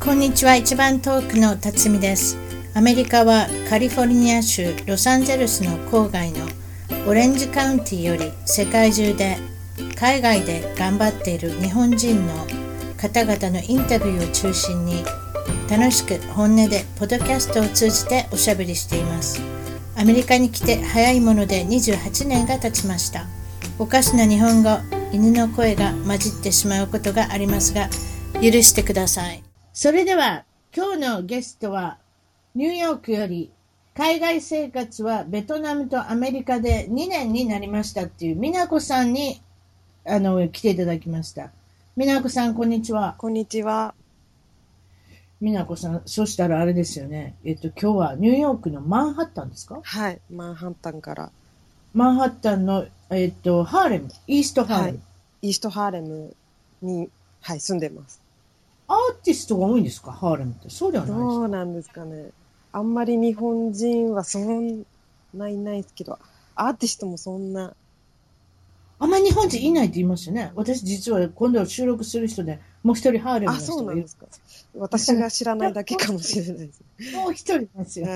こんにちは。一番遠くの辰巳です。アメリカはカリフォルニア州ロサンゼルスの郊外のオレンジカウンティより世界中で海外で頑張っている日本人の方々のインタビューを中心に楽しく本音でポッドキャストを通じておしゃべりしています。アメリカに来て早いもので28年が経ちました。おかしな日本語、犬の声が混じってしまうことがありますが許してください。それでは今日のゲストはニューヨークより海外生活はベトナムとアメリカで2年になりましたっていう美奈子さんに来ていただきました。美奈子さん、こんにちは。 こんにちは。 美奈子さん、そしたらあれですよね。今日はニューヨークのマンハッタンですか？ はい、マンハッタンから。 マンハッタンの、ハーレム、イーストハーレム。 はい、イーストハーレムに、はい、住んでます。 アーティストが多いんですか、ハーレムって？そうではないですか？ どうなんですかね。あんまり日本人はそんないないですけど、アーティストもそんな。 あんまり日本人いないって言いますよね。私実は今度収録する人でもう一人ハーレムあ、 の人がいる。 そうなんですか。私が知らないだけかもしれないです。 もう一人ですよ。 はい。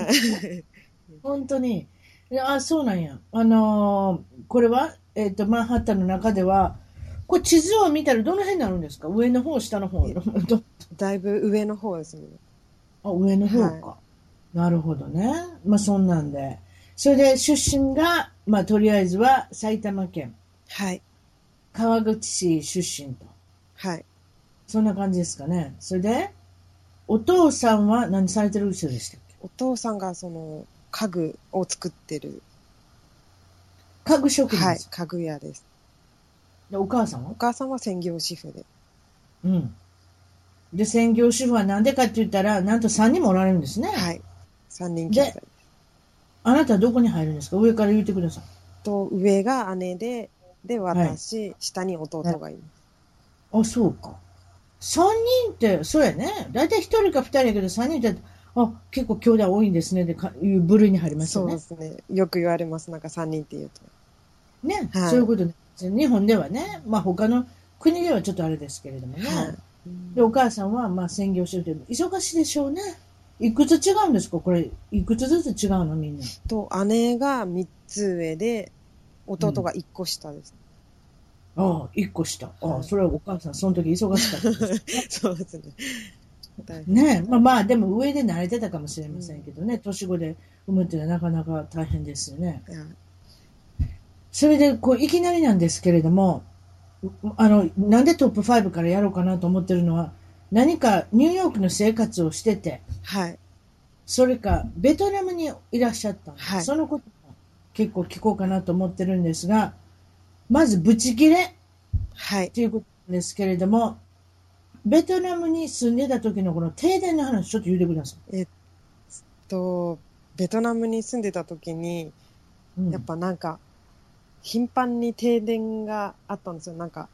本当に。そうなんや。これは、マンハッタンの中では、これ地図を見たらどの辺になるんですか？上の方、下の方。 だいぶ上の方ですね。 上の方はい。 か。なるほどね。まあ、そんなんで。それで出身が、まあ、とりあえずは埼玉県はい。 川口市出身と。 はい。 そんな感じですかね。それで、お父さんは何されてる人でしたっけ？ お父さんがその家具を作ってる、 家具職人はい、 ですか？ 家具屋です。 で、お母さんは？ お母さんは専業主婦で。 うん。で、専業主婦はなんでかって言ったら、なんと3人もおられるんですね。 はい。三人兄で、 弟。 あなたはどこに入るんですか？上から言ってください。 上が姉で、 はい。 私、下に弟はい。 がいます。 あ、そうか。3人って、そうやね。だいたい1人か2人やけど、3人って、結構兄弟多いんですね。で、いう部類に入りますよそうでね。 すね。よく言われます。なんか三人って言うね。 と。はい。 そういうことね。日本ではね、まあ他の国ではちょっとあれですけれどもね。 はい。うで、おん母さんは、まあ専業主婦で、忙しいでしょうね。いくつ違うんですかこれ？いくつずつ違うのみんな？ 姉が三つ上で、 うん。 弟が一個下です。 一個下。 はい。 それはお母さん、その時忙しかったですね。 そうですね。大変。 ねえ、まあでも上で慣れてたかもしれませんうん。 けどね、年子で産むっていうのはなかなか大変ですよね。 いや、 それで、いきなりなんですけれども、なんでトップ5からやろうかなと思ってるのは、何かニューヨークの生活をしてて、 はい。 それかベトナムにいらっしゃったんで、 はい。 そのことも結構聞こうかなと思ってるんですが、まずブチギレっはい。 ていうことなんですけれども、ベトナムに住んでた時のこの停電の話、ちょっと言ってくださえっと、ベトナムに住んでた時に、 い。うやっん。 ぱなんか、頻繁に停電があったんですよ。なんか、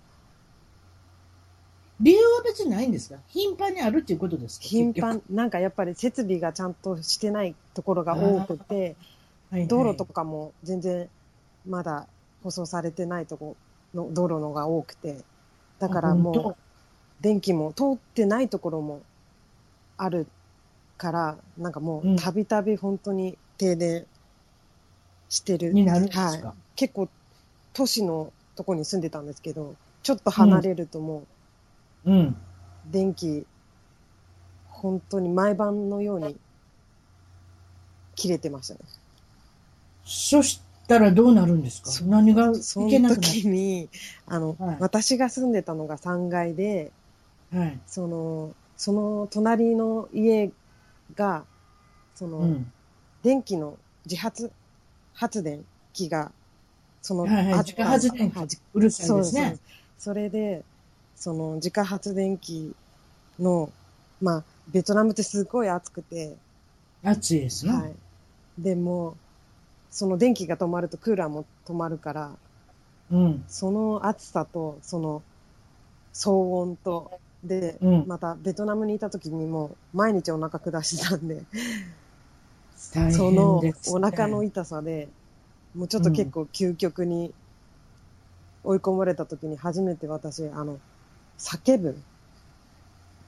理由は別にないんですか？頻繁にあるっていうことですか結局？ なんかやっぱり設備がちゃんとしてないところが多ああ、 くて、道路はいはい。 とかも全然まだ舗装されてないとこの道路のが多くて、だからもう本当？ 電気も通ってないところもあるから、なんかもううん。 たびたび本当に停電してる。 になるんではい。 すか？ 結構都市のとこに住んでたんですけど、ちょっとうん。 離れるともうん。 う電気本当に毎晩のように切れてましたね。 そしたらどうなるんですか？何がいそのけなくなる？ 時に、 は私が住んでたのが3階で、 い。はい。 その隣の家が、その、 うん。 電気の自発発電機が、 はいはい。自家あったん、 発電機。 はい、 うるさいそうです、そうでですね。 す。それで、自家発電機の、まあ、ベトナムってすごい暑くて、 暑いですな。 はい。でも、その電気が止まるとクーラーも止まるから、 うん。 その暑さと、騒音と、で、 うん。 またベトナムにいた時にも毎日お腹下してたんで、 大その変ですお腹のね。 痛さで、もうちょっと結うん。 構究極に追い込まれた時に初めて私、叫ぶ。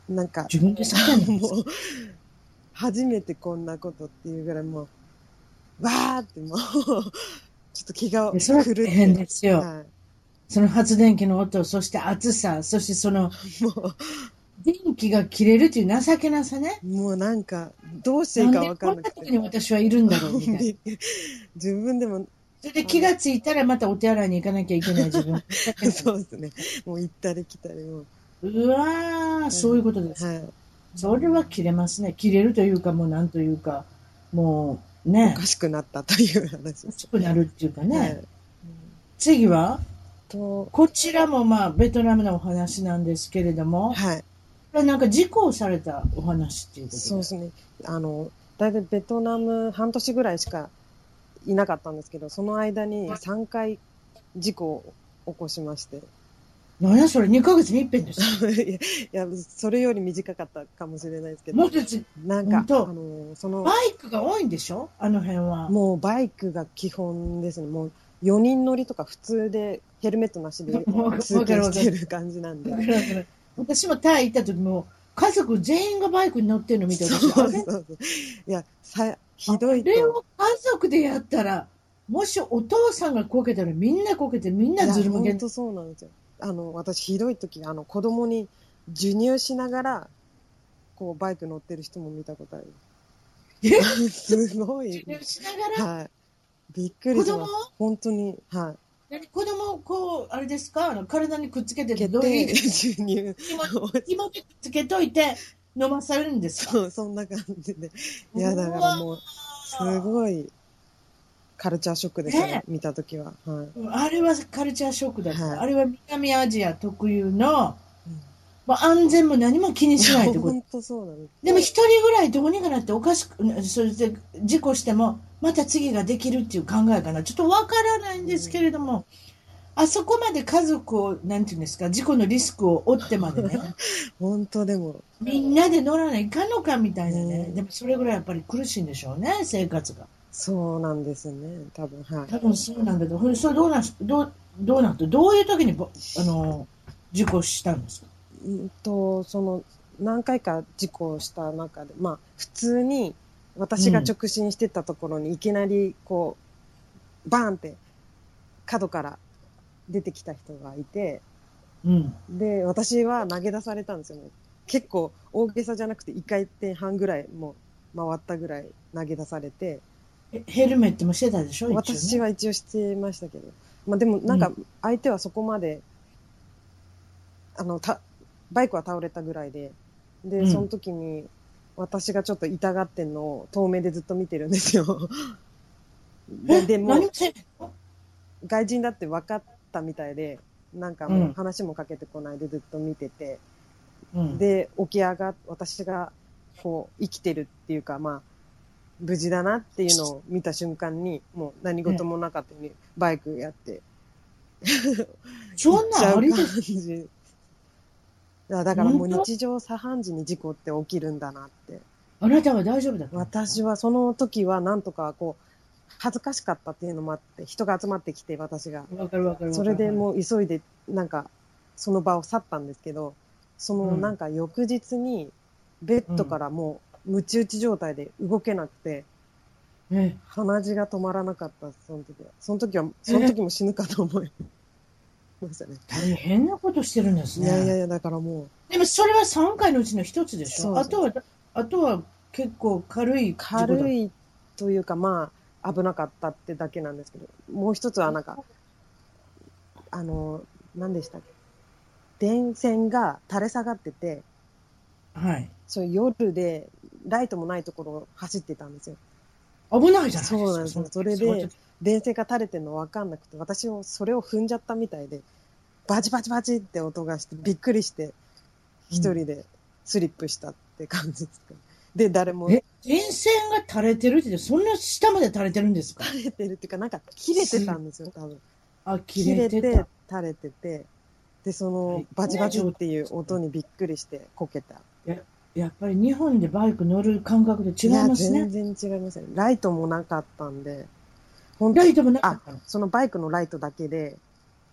なんか、 自分で叫んだんですか？ もう、初めてこんなことっていうぐらいもう、わーってもう、ちょっと気がそれは狂っ大変て、 ですよ。 はその発電機の音、そして暑さ、そしてそのい。も電気が切れるという情けなさね。 う、もうなんか、どうしていいなんかわかでこんなとんなくて。 こに私はいるんだろうみたいな。 自分でも、 それで気がついたらまたお手洗いに行かなきゃいけない自分。申し訳ない。 そうですね。もう行ったり来たりも。 うわー、そういうことですか。 はい。 それは切れますね。切れるというか、もうなんというか、もうね、 おかしくなったという話です。 欲しくなるっていうかはい。 ね。次は、 と、 こちらもまあ、ベトナムのお話なんですけれども、 はい。 これなんか事故をされたお話っていうことで。 そうですね。だいたいベトナム半年ぐらいしかいなかったんですけど、その間に3回事故を起こしまして。 何やそれ、2ヶ月に一遍ですか？ いや、それより短かったかもしれないですけど、 もう一つ、 なんか、 本当、バイクが多いんでしょあの辺は。 もうバイクが基本ですね。もう4人乗りとか普通でヘルメットなしで通勤してる感じなんで。 私もタイ行った時も、家族全員がバイクに乗ってるの見てそう私、あれそうそう。いや、ひどいあれと。 を家族でやったら、もしお父さんがこけたらみんなこけてみんなずるむけん。 本当そうなんですよ。私ひどい時、子供に授乳しながら、こう、バイク乗ってる人も見たことある。すごい。 授乳しながら、 はい。びっくりします。本当に、はい。 子供をこう、あれですか体にくっつけて、 決どういう定、授乳。 紐でくっつけといて飲まされるんですか？ そう、そんな感じで。いや、だからもう、すごい、カルチャーショックでしたね、見たときは。はい。 あれはカルチャーショックだった。 はい、 あれは南アジア特有の、安全も何も気にしないってこと。 本当そうなんです。 でも一人ぐらいどうにかなっておかしく、それで事故しても、また次ができるっていう考えかな。ちょっとわからないんですけれども、あそこまで家族を、なんていうんですか、事故のリスクを負ってまでね、 本当でも。 みんなで乗らないかんのかみたいなね。でもそれぐらいやっぱり苦しいんでしょうね、生活が。 そうなんですね、多分、はい。 多分そうなんだけど、それどうなって、どういう時に事故したんですか？ 何回か事故をした中で、まあ、普通に私が直進してたところにいきなり、こう、バーンって角から出てきた人がいて、 うん。 で、私は投げ出されたんですよね。結構大げさじゃなくて1回転半ぐらいもう回ったぐらい投げ出されて。 ヘルメットもしてたでしょ？ 私は一応してましたけど。まあでもなんか相手はそこまで、バイクは倒れたぐらいで、で、その時に私がちょっと痛がってんのを遠目でずっと見てるんですよ。でも、外人だって分かったみたいで、なんかもう話もかけてこないでずっと見てて、で、私がこう生きてるっていうか、まあ、無事だなっていうのを見た瞬間に、もう何事もなかったようにバイクやって、 そんなありですじ。だからもう日常茶飯事に事故って起きるんだなって。 あなたは大丈夫だった？ 私はその時はなんとかこう、恥ずかしかったっていうのもあって、人が集まってきて私が。それでもう急いで、なんか、その場を去ったんですけど、なんか翌日に、ベッドからもう、ムチ打ち状態で動けなくて、鼻血が止まらなかった、その時は。その時も死ぬかと思いましたね。 大変なことしてるんですね。 いや、だからもう。 でもそれは3回のうちの1つでしょ？あとは結構軽いというか、まあ、危なかったってだけなんですけど、もう一つはなんか、何でしたっけ？電線が垂れ下がってて、 はい。 そう夜でライトもないところを走ってたんですよ。 危ないじゃないですか。 そうなんですよ。それで電線が垂れてるの分かんなくて、私をそれを踏んじゃったみたいで、バチバチバチって音がしてびっくりして、一人でスリップしたって感じですか。で、誰も。 電線が垂れてるって、そんな下まで垂れてるんですか？ 垂れてるっていうか、なんか切れてたんですよ、多分。 切れて垂れてて、で、バチバチっていう音にびっくりしてこけた。 やっぱり日本でバイク乗る感覚で違いますね。 全然違いますね。ライトもなかったんで。 ライトもなかったの？ そのバイクのライトだけで、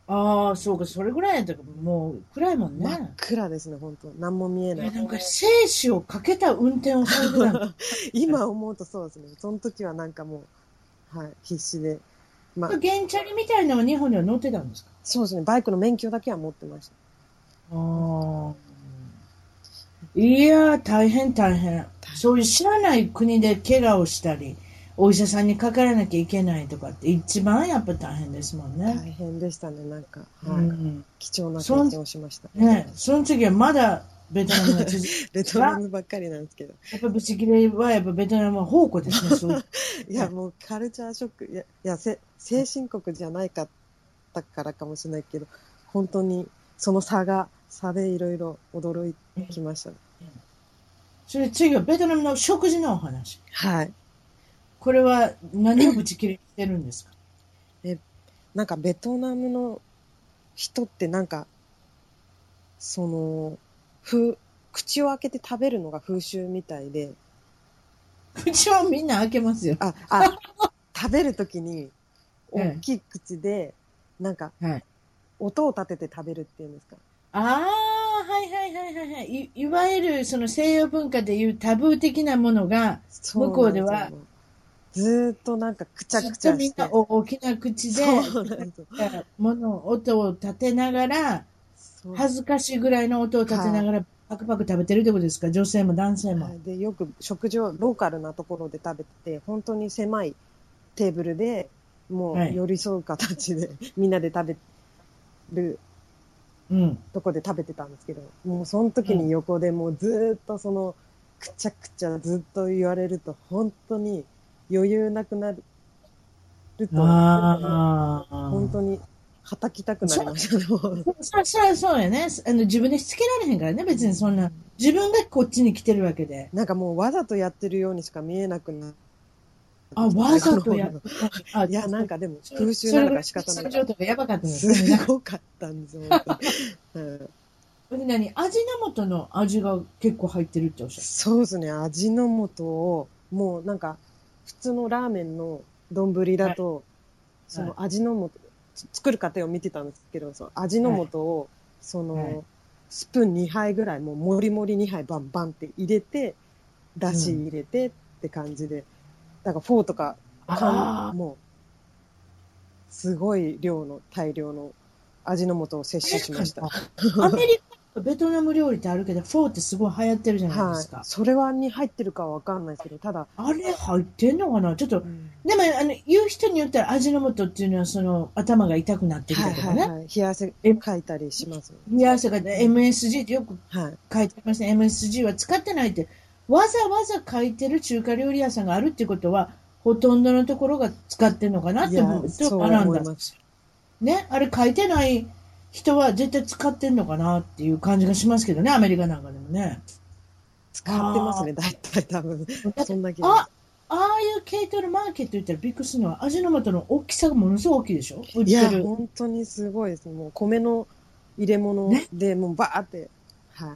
ああ、そうか、それぐらいやったらもう暗いもん真っね。 暗ですね、本当何も見えない。 なんか生死をかけた運転をされてたんだ。 今思うとそうですね。その時はなんかもう、はい、必死で。まあ、 原チャリみたいなのは日本には乗ってたんですか？ そうですね。バイクの免許だけは持ってました。 ああ。いやー、大変大変。そういう知らない国で怪我をしたり、お医者さんにかからなきゃいけないとかって一番やっぱ大変ですもんね。 大変でしたね。なんか、 うはい。 ん。 貴重なそん、 経験をしました。 ね、その次はまだベトナムが続ベトナくが、 ムばっかりなんですけど。 やっぱブチギレはやっぱベトナムは宝庫ですね、そういう。 いや、もうカルチャーショック。先進国じゃないかったからかもしれないけど、本当にその差でいろいろ驚きましたね。 それ次はベトナムの食事のお話。 はい。 これは何をブチ切れしてるんですか？ なんかベトナムの人ってなんか、その、口を開けて食べるのが風習みたいで、 口はみんな開けますよ。 食べるときに、 ええ大きい口で、なんか、 はい。 音を立てて食べるっていうんですか。 ああ、はいはいはいはいはい。いわゆるその西洋文化でいうタブー的なものが、向そうこうではなんですよ。ずーっとなんかくちゃずっくちとみんなゃして。 大きな口で、 そうなんですよ。 音を立てながら、 そう。 恥ずかしいぐらいの音を立てなはがら、パクパク食べてるってことですか？女性も男性い。 も。 はい。で、よく食事をローカルなところで食べてて、本当に狭いテーブルで、もはい。 う寄り添う形でみんなで食べるうん。 とこで食べてたんですけど、もうその時うん。 に横でもうずーっとその、くちゃくちゃずっと言われると、本当に余裕なくなると、 ああ。 本当に叩きたくなりましたね。もうそりゃそうやね。自分でしつけられへんからね。別にそんな、自分がこっちに来てるわけで。 なんかもうわざとやってるようにしか見えなくなってあ、 きて、 わ最後ざとやっの方の。 てない。あ、 いや、なんかでも風習なのかそれぐらい仕方ない。 精神状態がやばかったんですすかね。 ごかったんですよ、本当に。うん、 味の素の味が結構入ってるっておっしゃる。 そうですね、味の素を、もうなんか、普通のラーメンの丼だはい。 と、そはい。 の味の素、作る過程を見てたんですけど、その味のはい。 素を、そはい。 の、スプーン2杯ぐらい、もうもりもり2杯バンバンって入れて、だしうん。 入れてって感じで、だからフォーとか、 あもう、すごい大量の味の素を摂取しました。 あ、アメリカとベトナム料理ってあるけど、フォーってすごい流行ってるじゃないではい。 すか。 それに入ってるかはわかんないですけど、ただ、 あれ入ってんのかなちょっと、 うん、 でも、言う人によったら味の素っていうのは、その、頭が痛くなってきはいたとかね。 はいはい。冷や汗え、 かいたりしますよね。 冷や汗がうん。 MSG ってよくはい。 書いてますね。MSG は使ってないって、わざわざ書いてる中華料理屋さんがあるってことは、ほとんどのところが使ってるのかなっていや、 とそう学んだん思います。 ですよ。ね、あれ書いてない人は絶対使ってんのかなっていう感じがしますけどね、アメリカなんかでもね。 使ってますね、 あ大体多分。 あ、だって、 そんだけで。 ああいう系統のマーケット行ったらびっくりするのは、味の素の大きさがものすごい大きいでしょ売っいや、 てる。 本当にすごいです。もう米の入れ物ね。 でもうバーって、はい、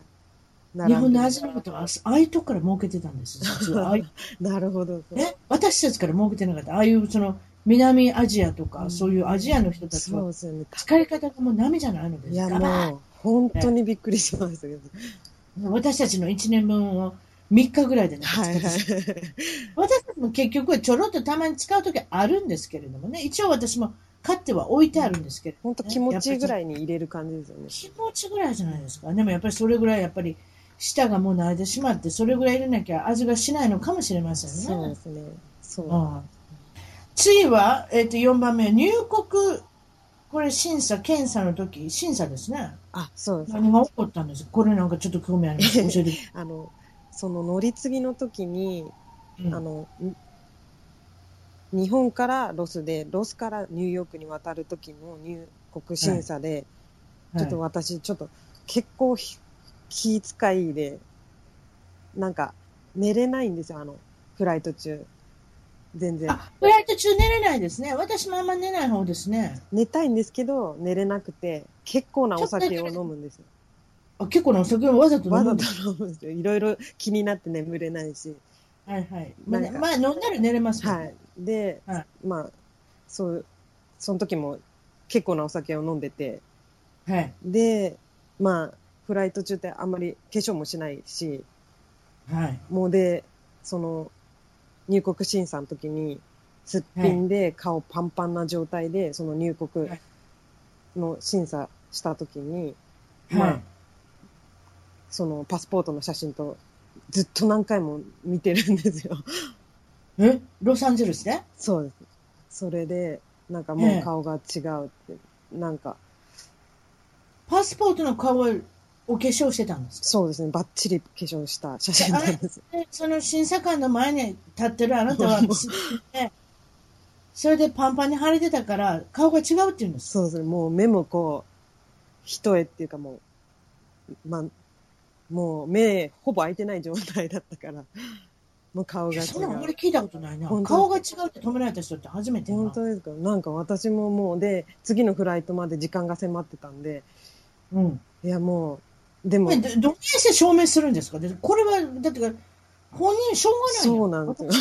日本の並んでます。 味の素は、ああいうとこから儲けてたんですよ、実は。ああいうなるほど。 ね、私たちから儲けてなかった。ああいうその南アジアとか、そううん、 いうアジアの人たちは、 そうですよね。 使い方がもう波じゃないのです。 いや、 ガバーっもう、本当て。 にびっくりしましたけど。 私たちの1年分を3日ぐらいでなんかはいはい。 使ってしまう。私たちも結局はちょろっとたまに使うときあるんですけれどもね。一応私も買っては置いてあるんですけれ本当どもね。 気持ちいいぐやっぱりらいに入れる感じですよね。 気持ちぐらいじゃないですか。でもやっぱりそれぐらいやっぱり舌がもう慣れてしまって、それぐらい入れなきゃ味がしないのかもしれませんね。 そうですね。そう。 うん、次は、4番目、入国、これ検査の時、審査ですね。 あ、そうです。 何が起こったんですか？これなんかちょっと興味あります。教えてくださあの、その乗り継ぎの時に、 い。うん。 あの、日本からロスからニューヨークに渡る時の入国はい。 審査で、ちょっとはい。 私、ちょっと結構気遣いで、なんか寝れないんですよ、フライト中。全然。 あ、フライト中寝れないですね。私もあんま寝ない方ですね。 寝たいんですけど、寝れなくて、結構なちょっとだけ、 お酒を飲むんですよ。 あ、結構なお酒をわざと飲わざとむんですか？ 飲むんですよ。いろいろ気になって眠れないし。 はいはい。まあ、 なんか、 まあ、飲んだら寝れますもんね。 はい。で、 はい。 まあ、そう、その時も結構なお酒を飲んでて、 はい。 で、まあ、フライト中ってあんまり化粧もしないし、 はい。 もうで、その、入国審査の時に、すっぴはい。 んで顔パンパンな状態で、その入国はい。 の審査した時に、まあ、 はい。 そのパスポートの写真とずっと何回も見てるんですよ。 ロサンゼルスで？ そうです。それで、なんかええ。 もう顔が違うって、なんか、 パスポートの顔をお化粧してたんですか？ そうですね、バッチリ化粧した写で、あれ、 真なんです。 でその審査官の前に立ってるあなたはもう、 すっぴんで、それでパンパンに腫れてたから顔が違うって言うんですか？ そうですね、もう目もこう、一重っていうかもう、まあ、もう目ほぼ開いてない状態だったから、もう顔いや、 が違そんなんあんまう。 り聞いたことないな。顔が違本当ですか？ うって止められた人って初めてやな。 本当ですか？なんか私ももう、で、次のフライトまで時間が迫ってたんで、 うん。 いやもう、でも、 どうして証明するんですか？で、これは、だってか、本人しょうがないやん。 そうなんですよ。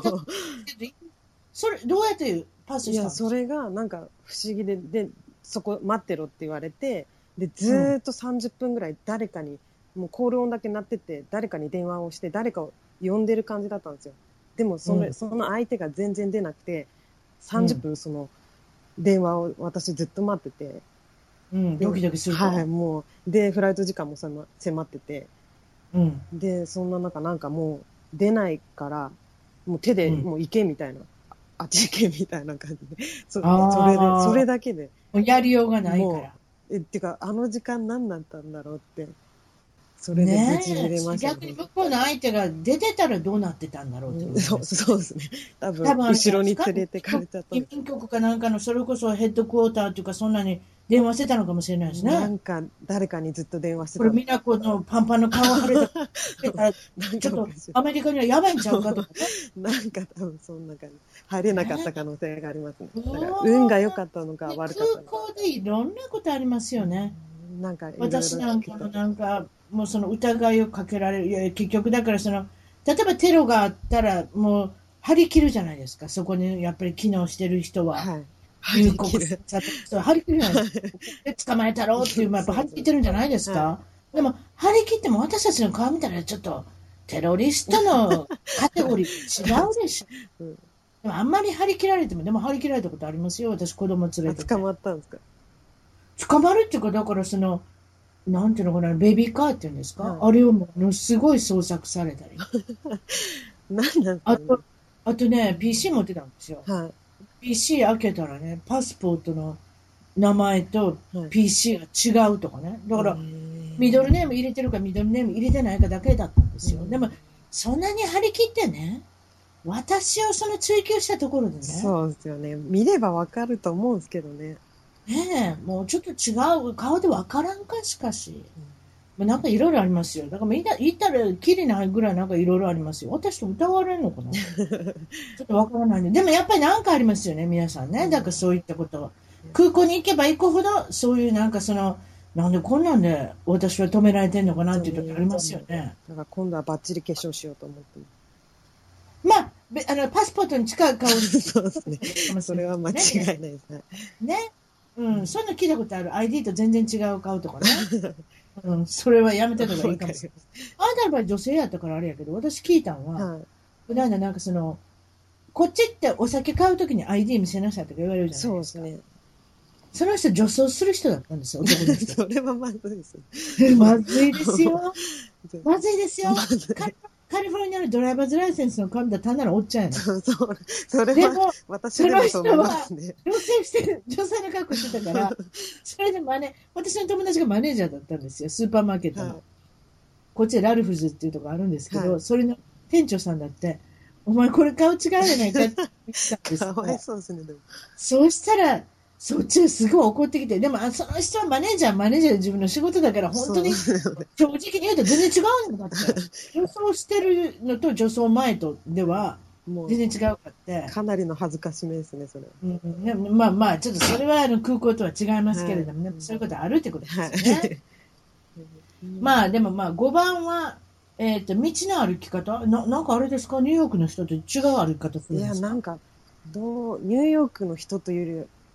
それ、どうやってパスいや、 したんですか？ それがなんか不思議で、で、そこ待ってろって言われて、で、ずうん。 ーっと30分ぐらい誰かに、もうコール音だけ鳴ってて、誰かに電話をして、誰かを呼んでる感じだったんですよ。でも、 うん。 その相手が全然出なくて、30 うん。 分その電話を私ずっと待ってて、 うん。ドで、 キドキするはい、 と。 もう、で、フライト時間も迫ってて、 うん。 で、そんな中なんかもう出ないから、もう手うん。 でもう行けみたいな、あっち行けみたいな感じで、それああ、 だけで、 もうやりようがないかもら。 う、ってか、あの時間何だったんだろうって、それでブチ切ねえ、 れましたね、 逆に本当。 向こうの相手が出てたらどうなってたんだろうってうん、 思います。 そうですね。多分、 多分あれじゃ後ろにないですか。 連れてかれちゃったんです。 移民局かなんかの、それこそヘッドクォーターというか、そんなに電話してたのかもしれないですね。 なんか、誰かにずっと電話してこれ、 た。 みなこのパンパンの顔腫れた、 なんちょっとかおかしい。 アメリカにはやばいんちゃうかとかね。 なんか多分そんな感じ。入れなかったね可能性がありますね。 え。 だから、運が良ね、 かったのか悪かった空のか。 港でいろんなことありますよね。 なんかいろいろ私なんかも聞くと。 なんか、もうその疑いをかけられる。いや、結局だからその、例えばテロがあったら、もう張り切るじゃないですか。そこにやっぱり機能してる人は。 はい。張入国り切る。 者と人は張り切るじゃないですか。 はい。 で、捕まえたろうっていう、まあ、やっぱ張り切っそうですね。 てるんじゃないですはい。 か。でも、張り切っても私たちの顔見たらちょっと、テロリストのカテゴリー違うでしょ。 うん、 でもあんまり張り切られても、でも張り切られたことありますよ。私子供連れあ、捕てて。 まったんですか？ 捕まるっていうか、だからその、なんていうのかな、ベビーカーっていうんですか、 はあれをものすごい捜索されたり。 い。何なんですかね。 あと、あとね、PC 持ってたんですよ。 は PC 開けたらね、パスポートの名前とい。はい。 PC が違うとかね。だから、ミドルネーム入れてるかミドルネーム入れてないかだけだったんですよ。でも、そんなに張り切ってね、私をその追求したところでね、 そうですよね。見ればわかると思うんですけどね。 ねえ、もうちょっと違う、顔でわからんかしかし。まあなんかいろいろありますよ。だから言ったらきりないぐらいなんかいろいろありますよ。私と疑われるのかな、ちょっとわからないね。でもやっぱりなんかありますよね、皆さんね。だからそういったことは。空港に行けば行くほど、そういうなんかその、なんでこんなんで私は止められてんのかなっていう時ありますよね。 だから今度はバッチリ化粧しようと思ってまあ、パスポートに近い顔ます。そうですね。 かもしそれは間違いれないですね。 ないですね。 ね。うん、そういうの聞いたことある。ID と全然違う顔とかね。うん、それはやめてた方がいいかもしれない。 わかります。 あなたの場合女性やったからあれやけど、私聞いたのは、 はい。 この間なんかその、こっちってお酒買うときに ID 見せなさいとか言われるじゃないですか。 そうですね。 その人女装する人だったんですよ、男の人。 それはまずいです。 まずいですよ。まずいですよ。 まずい。 カリフォルニアのドライバーズライセンスの紙だ単なるおっちゃんやねん。 それはでも、そ私での人もそう思いまはすね。 女性の格好してたから、それで私の友達がマネージャーだったんですよ、スーパーマーケットはの。こっちでラルフズっていうところあるんですい。はけど、それの店長さんだって、お前これ顔違うじゃないかって言ったんでい。かわいすよ。 そうですね、でも。 そうしたら、そっちがすごい怒ってきて、でもその人はマネージャーで自分の仕事だから、本そう当にですよね。 正直に言うと全然違うんだって。女装してるのと女装前とではも全然違うかっう、 て。 かなりの恥ずかしめですね、それ。 うんね、まあまあ、ちょっとそれは空港とは違いますけはい。 れどもね、そういうことあるってことではすよね。 い。 まあでもまあ5番は、道の歩き方なんかあれですか、ニューヨークの人と違う歩き方すいや、 るんですか？ ニューヨークの人というより、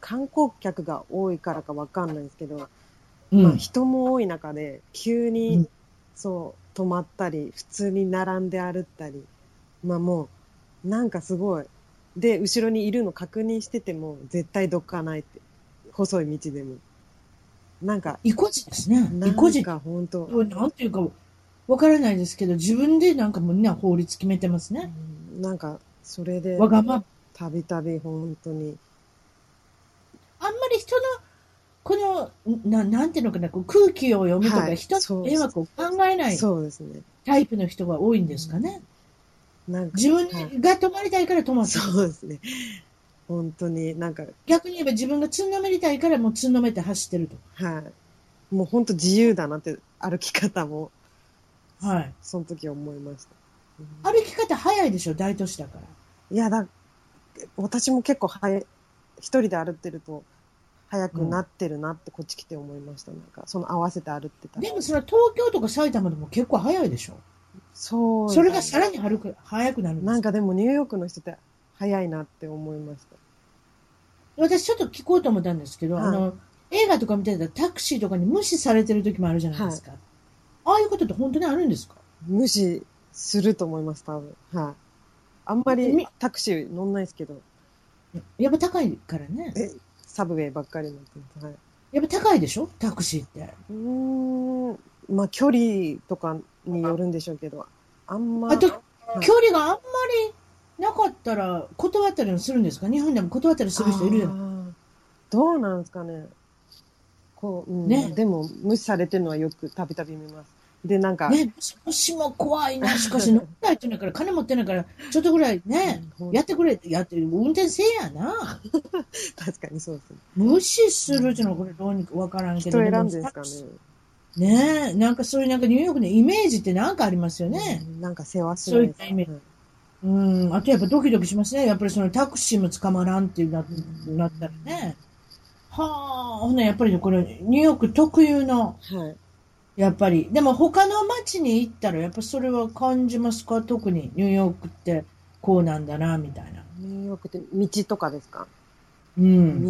観光客が多いからかわかんないんですけど、 うん。 まあ人も多い中で、急うにん。 そう止まったり、普通に並んで歩ったり、まあもう、なんかすごい。で、後ろにいるの確認してても、絶対どっかないって。細い道でも。なんか、 意固地ですね。 な意固地。 んかほんと、 なんていうか、わからないですけど、自分でなんかみんな法律決めてますね。 なんか、それで、 わがまま。 たびたび本当に、 あんまり人の、この、なんていうのかな、こう空気を読むとか、 はい、 人の迷惑を考えないそうですね。 タイプの人が多いんですかね。 なんか、 自分はい、 が泊まりたいから泊まってる。 そうですね。本当になんか、 逆に言えば自分がつんのめりたいからもうつんのめって走ってると。 はい。もう本当自由だなって、歩き方も、 はい。 その時思いました。 歩き方早いでしょ、大都市だから。 いや、私も結構一人で歩ってると、早くなってるなってこっち来て思いました。なんか、その合わせて歩ってたら。 でもそれは東京とか埼玉でも結構早いでしょ。 そうですね。 それがさらに早くなるんです。 なんかでもニューヨークの人って早いなって思いまし私ちょっと聞こうと思ったんですけど、 はい映画とか見てたらタクシーとかに無視されてる時もあるじゃないですか。ああいうことって本当にあるんですか？ た。無視すると思います、多分。はい。あんまりタクシー乗んないですけど、 やっぱ高いからね。 サブウェイばっかり乗ってます。はい。 やっぱ高いでしょタクシーって。 まあ距離とかによるんでしょうけど、あんま。 あと、 はい距離があんまりなかったら断ったりもするんですか？日本でも断ったりする人いるじゃない。 どうなんですかね。 ね。 でも無視されてるのはよくたびたび見ます。で、なんか、 ね、もしも怖いな。しかし乗ったいって言うんだから、金持ってないから、ちょっとぐらいね、やってくれって、運転せえやな。 確かにそうですね。 無視するっていうのはこれどうにかわからんけど。 人選んでんですかね。 ねえ、なんかそういうなんかニューヨークのイメージってなんかありますよね。 なんか世話すそうるいったイメージ。あとやっぱドキドキしますね。やっぱりそのタクシーも捕まらんってなったらね。はあ、ほなやっぱりこれニューヨーク特有の、 はい。 やっぱり。でも他の街に行ったらやっぱそれは感じますか？特にニューヨークってこうなんだな、みたいな。 ニューヨークって道とかですか？ うん。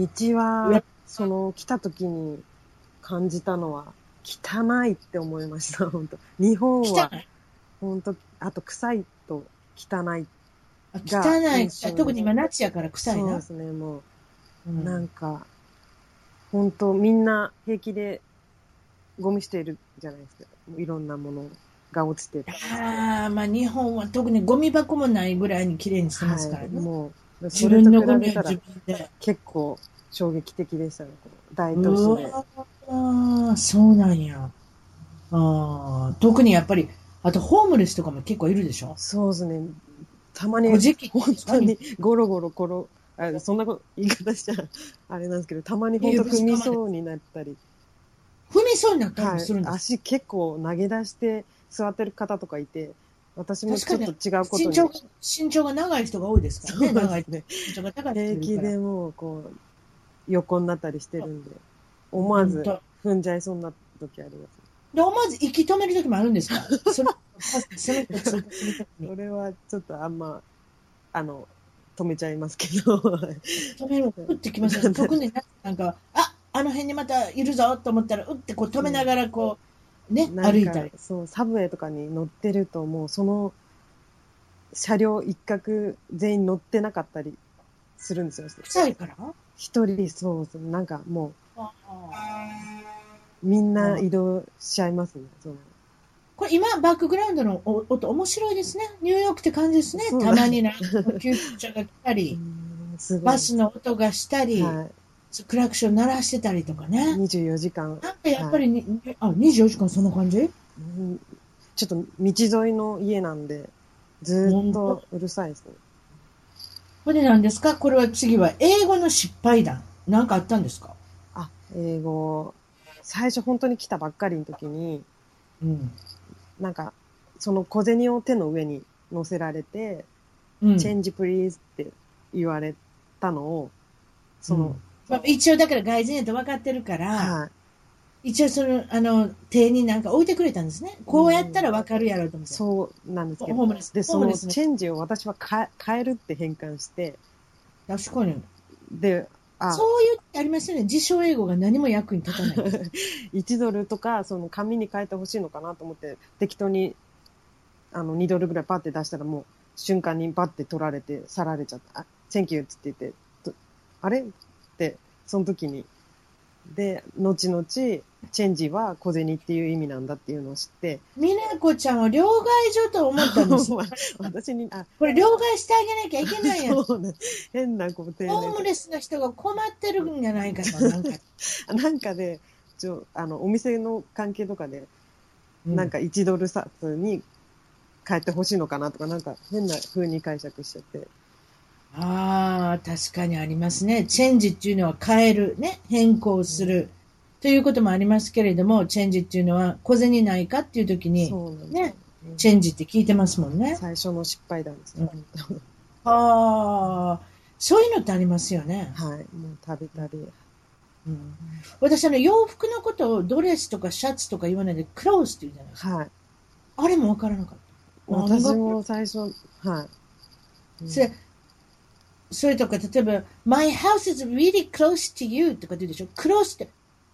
道は、来た時に感じたのは、汚いって思いました、本当。日本は、本当、あと臭いと汚いが。 汚い。特に今夏やから臭いな。 そうですね、もう、なんか、本当みんな平気でゴミ捨てるじゃないですか。いろんなものが落ちてて。 ああ、まあ日本は特にゴミ箱もないぐらいに綺麗にしてますからね。 もう、 自分のゴミは自分で。 結構衝撃的でしたね、大都市で。 ああ、そうなんや。ああ、特にやっぱり、あとホームレスとかも結構いるでしょ？ そうですね。たまに、本当にゴロゴロそんな言い方しちゃあれなんですけど、たまに本当踏みそうになったり。 踏みそうになったりするんですか？ 足結構投げ出して座ってる方とかいて、私もちょっと違うことに。 身長が長い人が多いですからね。長いね。身長が高い人いるから。 平気でもう、横になったりしてるんで、思わず踏んじゃいそうになった時あります。 で、思わず息止める時もあるんですか？それはちょっとあんま、止めちゃいますけど。 止める、打ってきますよ。特になんか、あの辺にまたいるぞと思ったら、ってこう止めながらこう、ね、歩いたり。 そう、サブウェイとかに乗ってると、もうその車両一角全員乗ってなかったりするんですよ。 臭いから？ 一人、そう、なんかもう、みんな移動しちゃいますね。 これ今、バックグラウンドの音面白いですね。ニューヨークって感じですね。たまに救急車が来たり、バスの音がしたり、クラクション鳴らしてたりとかね。 24時間。 なんかやっぱり24時間そんな感じ？ ちょっと道沿いの家なんで、ずっとうるさいですね。 これなんですか？これは次は英語の失敗談。なんかあったんですか？ 英語。最初本当に来たばっかりの時に、なんか、その小銭を手の上に乗せられて、チェンジプリーズって言われたのを、 一応だから外人やと分かってるから、一応手になんか置いてくれたんですね。こうやったら分かるやろうと思って。 そうなんですけど。で、そのチェンジを私は変えるって変換して。 確かに。 で、 そういうありますよね。自称英語が何も役に立たない。 1ドルとか、その紙に変えてほしいのかなと思って、適当に、2ドルぐらいパッて出したらもう、瞬間にバッて取られて、去られちゃった。センキューって言って、あれって、その時に。で、後々、チェンジは小銭っていう意味なんだっていうのを知って。 みなこちゃんは両替所と思ったんです。 私に、 これ両替してあげなきゃいけないやん。 そうね。変なこうホームレスの人が困ってるんじゃないかな、なんか。 なんかで、お店の関係とかで、なんか1ドル札に変えてほしいのかなとか、なんか変な風に解釈しちゃって。 ああ、確かにありますね。チェンジっていうのは変える、ね、変更する、ということもありますけれども、チェンジっていうのは小銭ないかっていう時に、ね、チェンジって聞いてますもんね。 最初の失敗談ですね。 ああ、そういうのってありますよね。 はい、もうたびたび。 私洋服のことをドレスとかシャツとか言わないでクローズって言うじゃないですか。 はい。 あれもわからなかった。 私も最初、はい。 それとか、例えば、My house is really close to you とか言うでしょ。close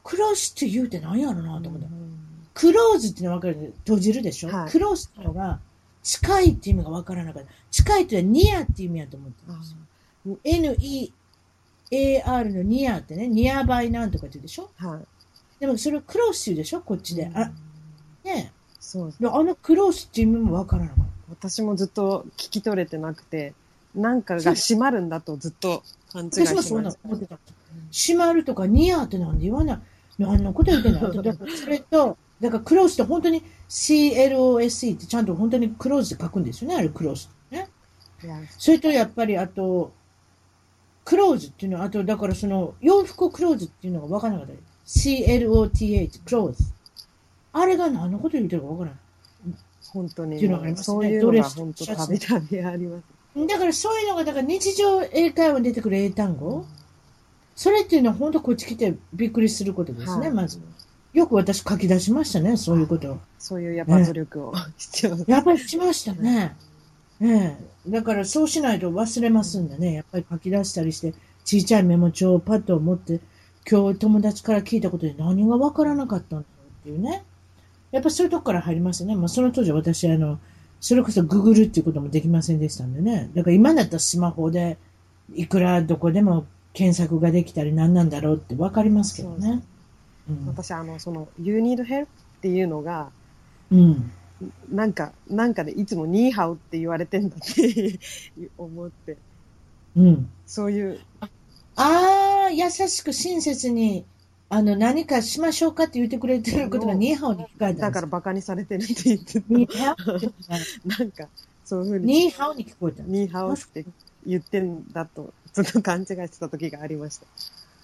to you って何やろなと思った。クローズってのは分かる。閉じるでしょ。クローズってのが近いっていう意味が分からなかった。近いってのはニアっていう意味やと思ったんですよ。NEAR のニアってね、ニアバイなんとかって言うでしょ。 はい。 でもそれをクロースって言うでしょ、こっちで。ねそうで。クロースっていう意味も分からなかった。 私もずっと聞き取れてなくて、なんかが閉まるんだとずっと勘違いしてました。私もそうなの思ってた。 閉まるとかニアってなんで言わない。何のこと言ってない。だからそれと、だからクロースって本当に CLOSE ってちゃんと本当にクローズって書くんですよね、あれクローズね。それとやっぱりあと、クローズっていうのは、あとだからその洋服クローズっていうのが分からなかった。CLOTH、クローズ。あれが何のこと言ってるか分からない。 本当に。 っていうのがありますね。 そういうのが本当たびたびあります。 だからそういうのが、だから日常英会話に出てくる英単語、それっていうのは本当こっち来てびっくりすることですね、まず。よく私書き出しましたね、そういうことを。 そういうやっぱ努力を必要やっぱりしましたね。だからそうしないと忘れますんでね、やっぱり書き出したりして、小さいメモ帳をパッと持って、今日友達から聞いたことで何がわからなかったんだろうっていうね。やっぱそういうとこから入りますね。その当時私それこそグーグルっていうこともできませんでしたんでね。だから今だったらスマホでいくらどこでも検索ができたり何なんだろうって分かりますけどね。 私You need help っていうのが、なんかでいつもニーハウって言われてんだって思って。そういう。 優しく親切に、何かしましょうかって言ってくれてることがニーハオに聞かれたんです。 だからバカにされてるって言ってた。ニーハオなんか、そういうふうに。 ニーハオに聞こえた。 ニーハオって言ってんだと、ちょっと勘違いしてた時がありました。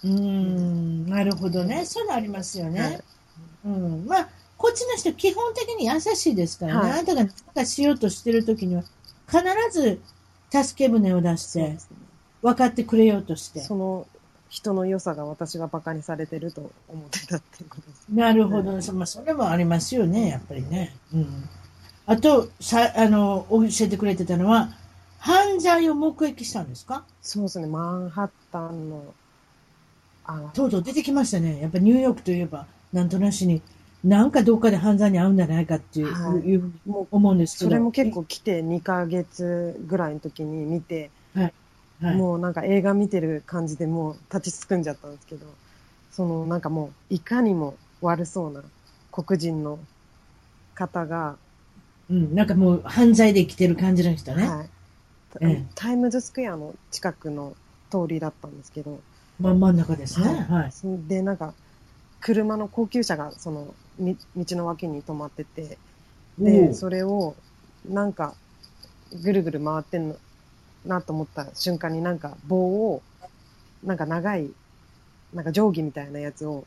なるほどね。そういうのありますよね。こっちの人基本的に優しいですからね。あなたが何かしようとしてる時には、必ず助け舟を出して、分かってくれようとして。 その人の良さが私がバカにされてると思ってたっていうことです。 なるほど。それもありますよね、やっぱりね。あと、教えてくれてたのは、犯罪を目撃したんですか？ そうですね、マンハッタンの、 とうとう出てきましたね。やっぱニューヨークといえば、なんとなしに、なんかどっかで犯罪に遭うんじゃないかっていう、いうふうに思うんですけど。 それも結構来て2ヶ月ぐらいの時に見て、もうなんか映画見てる感じでもう立ちすくんじゃったんですけど、なんかもういかにも悪そうな黒人の方が、 なんかもう犯罪で生きてる感じの人ね。 タイムズスクエアの近くの通りだったんですけど。 真ん中ですね。 で、なんか、車の高級車が道の脇に止まってて、で、それをなんかぐるぐる回ってんの、なと思った瞬間になんか棒を、なんか長い、なんか定規みたいなやつを、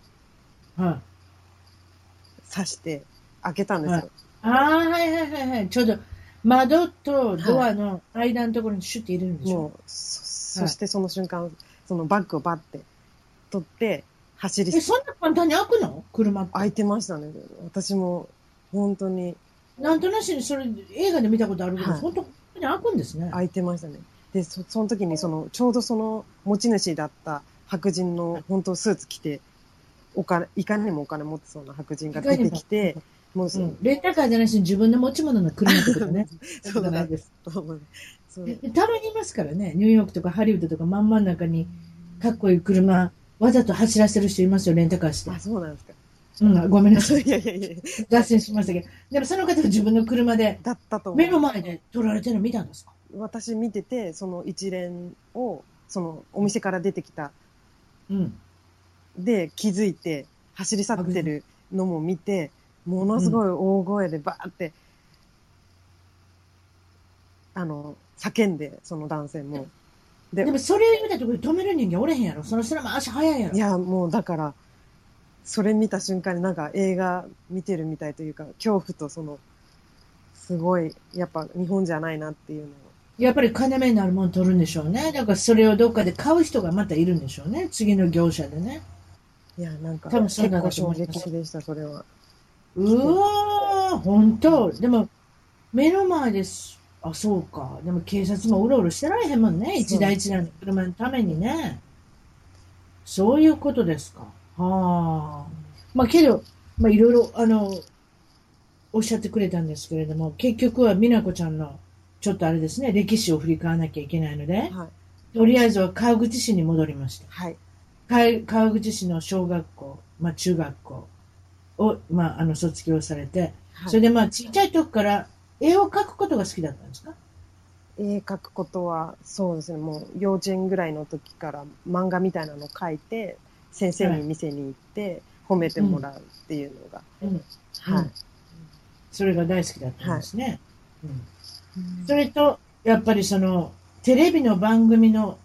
刺して開けたんですよ。 ちょうど窓とドアの間のところにシュッて入れるんでしょ。 そしてその瞬間、そのバッグをバッて取って走り。 そんな簡単に開くの？車って。 開いてましたね。私も本当に。 なんとなしにそれ映画で見たことあるけど、本当に開くんですね。 開いてましたね。で、その時にちょうどその持ち主だった白人の本当スーツ着て、いかにもお金持ってそうな白人が出てきて、もうレンタカーじゃないし、自分の持ち物の車とかね。 そうじゃないです。 たまにいますからね。ニューヨークとかハリウッドとか真ん中にかっこいい車、わざと走らせる人いますよ、レンタカーして。 あ、そうなんですか。 ごめんなさい。 いやいやいや。 脱線しましたけど。でもその方は自分の車で、 だったと目の前で撮られてるの見たんですか？ 私見てて、その一連を、そのお店から出てきた。で、気づいて、走り去ってるのも見て、ものすごい大声でバーって、叫んで、その男性も。 でもそれを見たところで止める人間おれへんやろ。その人らも足速いやろ。 いや、もうだから、それ見た瞬間になんか映画見てるみたいというか、恐怖とすごい、やっぱ日本じゃないなっていうのを。 やっぱり金目になるもの取るんでしょうね。だからそれをどっかで買う人がまたいるんでしょうね。次の業者でね。 いや、なんか、結構衝撃でした、それは。 本当。でも、目の前です。あ、そうか。でも警察もうろうろしてられへんもんね。一台一台の車のためにね。そういうことですか。はあ。まあけど、まあいろいろ、おっしゃってくれたんですけれども、結局は美奈子ちゃんの、ちょっとあれですね、歴史を振り返らなきゃいけないので、とりあえずは川口市に戻りました。 はい。 川口市の小学校、まあ中学校を、まあ卒業されて、それでまあちっちゃい時から絵を描くことが好きだったんですか？ 絵描くことは、そうですね、もう幼稚園ぐらいの時から漫画みたいなのを描いて、先生に店に行って褒めてもらうっていうのが、 はい。それが大好きだったんですね。それと、やっぱりテレビの番組の、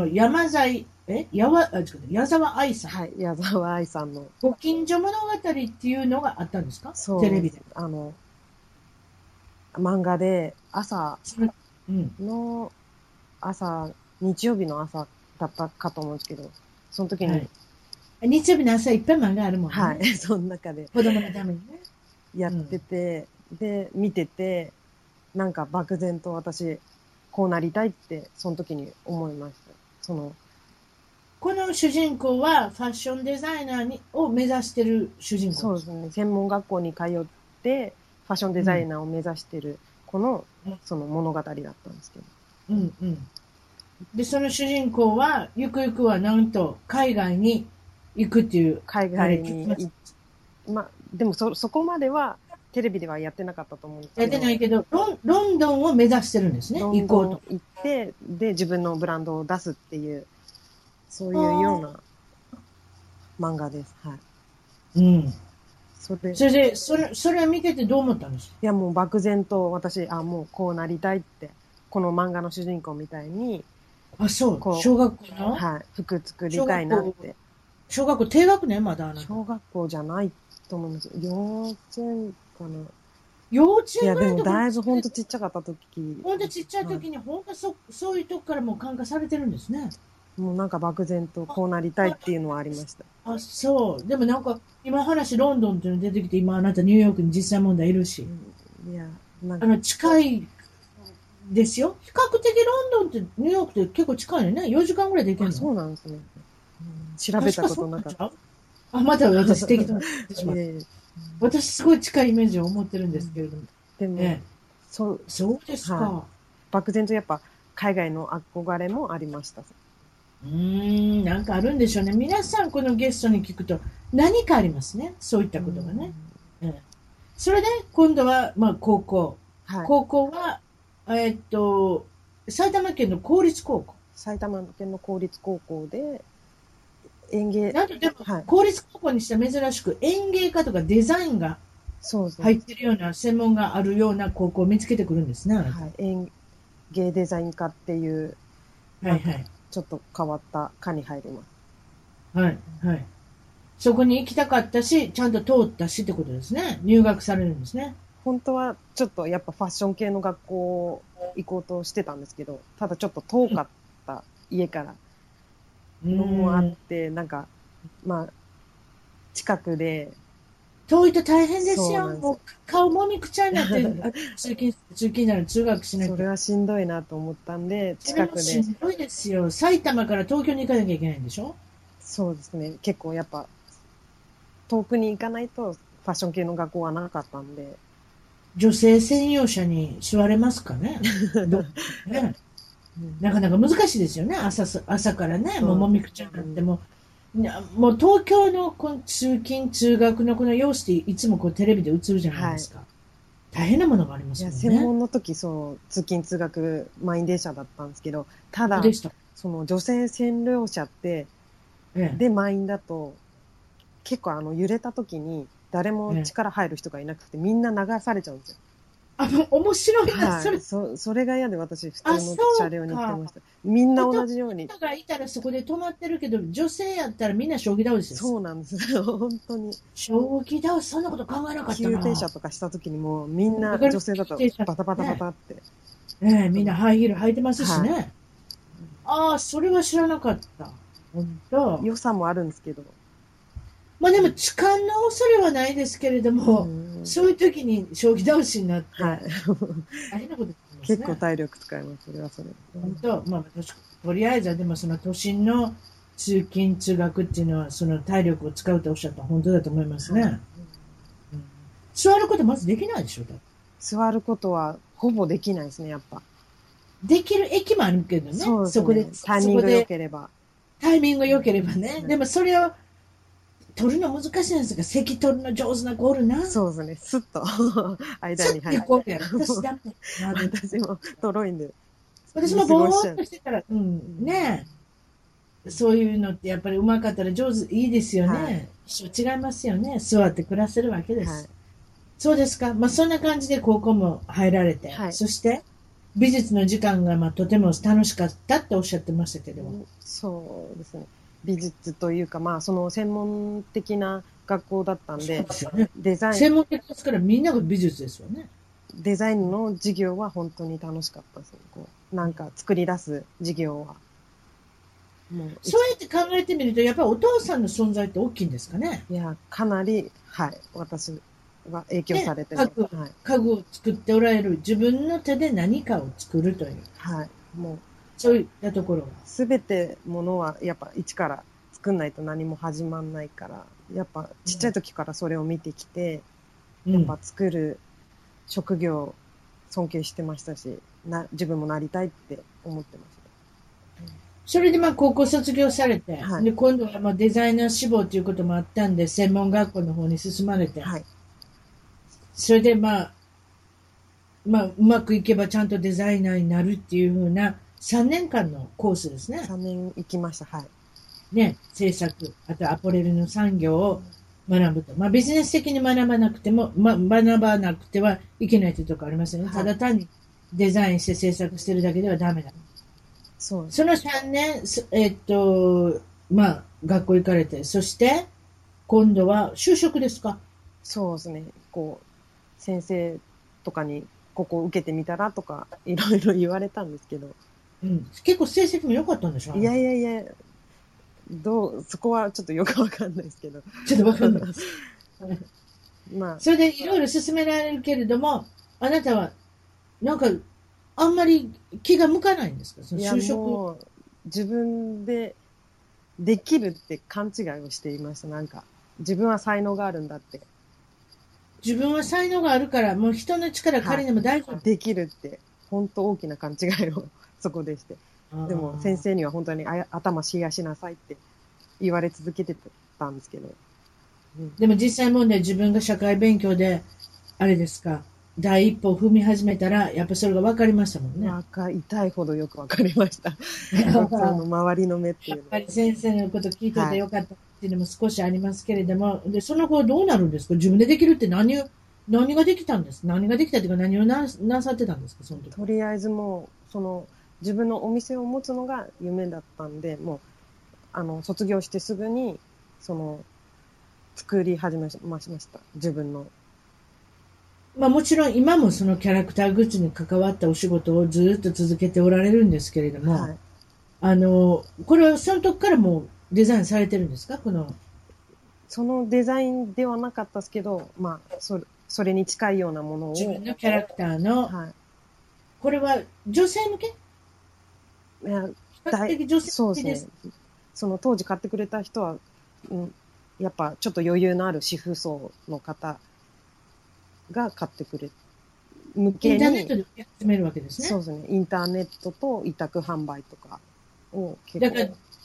矢沢愛さん。 はい、矢沢愛さんの。 ご近所物語っていうのがあったんですか？ そう。 テレビで。 漫画で日曜日の朝だったかと思うんですけど、その時に。 日曜日の朝いっぱい漫画あるもんね。 はい、その中で。 子供のためにね。 やってて、で、見てて、なんか漠然と私、こうなりたいって、その時に思いました。 この主人公はファッションデザイナーを目指してる主人公。 そうですね。専門学校に通って、ファッションデザイナーを目指してる子の、その物語だったんですけど。 で、その主人公は、ゆくゆくはなんと海外に行くっていう。 海外にまあ、でもそこまではテレビではやってなかったと思うんですけど。 やってないけど、ロンドンを目指してるんですね。行こうと。 行って、で、自分のブランドを出すっていう、そういうような漫画です。はい。それを見ててどう思ったんですか？ いや、もう漠然と私、もうこうなりたいって、この漫画の主人公みたいに、 小学校の？ はい、服作りたいなって。 小学校低学年まだ小学校じゃないと思います。幼稚園かな。 幼稚園ぐらいの時？いや、でもだいぶほんとちっちゃかった時。 ほんとちっちゃい時に、ほんとそういうとこからも感化されてるんですね。 もうなんか漠然とこうなりたいっていうのはありました。 あ、そう。でもなんか、今話ロンドンっていうの出てきて、今あなたニューヨークに実際問題いるし。 いや、なんか。 近いですよ。比較的ロンドンってニューヨークって結構近いのね。4時間ぐらいで行けるの。 そうなんですね。調べたことなかった。 また私適当に言ってしまった。私すごい近いイメージを持ってるんですけれども。 でも、 そうですか。 漠然とやっぱ海外の憧れもありました。 なんかあるんでしょうね。皆さんこのゲストに聞くと何かありますね。そういったことがね。それで今度は、まあ高校。高校は、埼玉県の公立高校。 埼玉県の公立高校で、園芸。 なんとでも、公立高校にしては珍しく園芸科とかデザインが入ってるような専門があるような高校を見つけてくるんですね。 園芸デザイン科っていう、ちょっと変わった科に入ります。 そこに行きたかったし、ちゃんと通ったしってことですね。入学されるんですね。 本当はちょっとやっぱファッション系の学校行こうとしてたんですけど、ただちょっと遠かった家からのもあって、なんか、まあ、近くで。 遠いと大変ですよ。もう顔もみくちゃになって、通勤なら通学しなきゃ。 それはしんどいなと思ったんで、近くで。 しんどいですよ。埼玉から東京に行かなきゃいけないんでしょ？ そうですね。結構やっぱ、遠くに行かないとファッション系の学校はなかったんで。 女性専用車に座れますかね。ね、なかなか難しいですよね。朝からね、ももみくちゃんなっても、もう東京の通勤、通学のこの様子っていつもテレビで映るじゃないですか。はい、大変なものがありますよね。 専門の時、通勤通学、満員電車だったんですけど、ただ、その女性専用車って、で満員だと、結構揺れた時に誰も力入る人がいなくて、みんな流されちゃうんですよ。 面白いな、 はい、それが嫌で私、普通の車両に行ってました。みんな同じように。 人がいたらそこで止まってるけど、女性やったらみんな将棋倒しです。 そうなんですよ、本当に。 将棋倒し、そんなこと考えなかったな。 急停車とかした時にも、みんな女性だとバタバタバタって。 みんなハイヒール履いてますしね。はい、ああ、それは知らなかった。本当。 良さもあるんですけど。 まあでも痴漢の恐れはないですけれども、そういう時に将棋倒しになって、はい、大変なことですね。 結構体力使います、それはそれ。 本当、まあとりあえずはでもその都心の通勤通学っていうのはその体力を使うとおっしゃったら本当だと思いますね。座ることまずできないでしょ。 座ることはほぼできないですね、やっぱ。 できる駅もあるけどね。 そうですね。そこでタイミング良ければ。 タイミング良ければね。でもそれを取るの難しいんですが、席取るの上手な子おるな。 そうですね。スッと間に入って。私もとろいんで。 私もぼーっとしてたら、ねえ。そういうのってやっぱりうまかったら上手、いいですよね。違いますよね。座って暮らせるわけです。そうですか。まあそんな感じで高校も入られて、そして美術の時間がとても楽しかったっておっしゃってましたけども。 そうですね。美術というか、まあ、その専門的な学校だったんで、 デザイン。専門的ですからみんなが美術ですよね。 デザインの授業は本当に楽しかったですね。なんか作り出す授業は。 そうやって考えてみると、やっぱりお父さんの存在って大きいんですかね。 いや、かなり、はい、私は影響されてます。家具を作っておられる、自分の手で何かを作るという。 はい、もう。 そういったところは。 すべてものはやっぱ一から作んないと何も始まんないから、やっぱちっちゃい時からそれを見てきて、やっぱ作る職業尊敬してましたし、自分もなりたいって思ってました。 それで高校卒業されて、で今度はデザイナー志望ということもあったんで、専門学校の方に進まれて、それでうまくいけばちゃんとデザイナーになるっていうふうな3年間のコースですね。 3年行きました。はい。 ね、制作、あとアパレルの産業を学ぶと。ビジネス的に学ばなくても、学ばなくてはいけないというところありますよね。ただ単にデザインして制作してるだけではダメだ。その3年、学校行かれて、そして、今度は就職ですか？ そうですね。先生とかに、ここ受けてみたらとか、いろいろ言われたんですけど。 結構成績も良かったんでしょ？ いや、そこはちょっとよくわかんないですけど。 ちょっとわかんないです。それでいろいろ進められるけれども、あなたは、なんか、あんまり気が向かないんですか？その就職。 もう自分でできるって勘違いをしていました。なんか、自分は才能があるんだって。 自分は才能があるから、もう人の力借りても大丈夫。 できるって、本当大きな勘違いをそこでして。でも先生には本当に頭冷やしなさいって言われ続けてたんですけど。 でも実際問題自分が社会勉強で、あれですか、第一歩を踏み始めたら、やっぱそれが分かりましたもんね。 痛いほどよく分かりました。周りの目っていうのは。 やっぱり先生のこと聞いててよかったっていうのも少しありますけれども、で、その後どうなるんですか？自分でできるって何ができたんです？何ができたというか何をなさってたんですか？その時。 とりあえずもう、自分のお店を持つのが夢だったんで、もう、卒業してすぐに、作り始めました。自分の。 もちろん今もそのキャラクターグッズに関わったお仕事をずっと続けておられるんですけれども、これはその時からもうデザインされてるんですか？ そのデザインではなかったですけど、それに近いようなものを。 自分のキャラクターの、これは女性向け？ 比較的女性向けです。そうですね。 その当時買ってくれた人は、やっぱちょっと余裕のある主婦層の方が買ってくれ、向けに。 インターネットで集めるわけですね。 そうですね。インターネットと委託販売とかを結構。 だから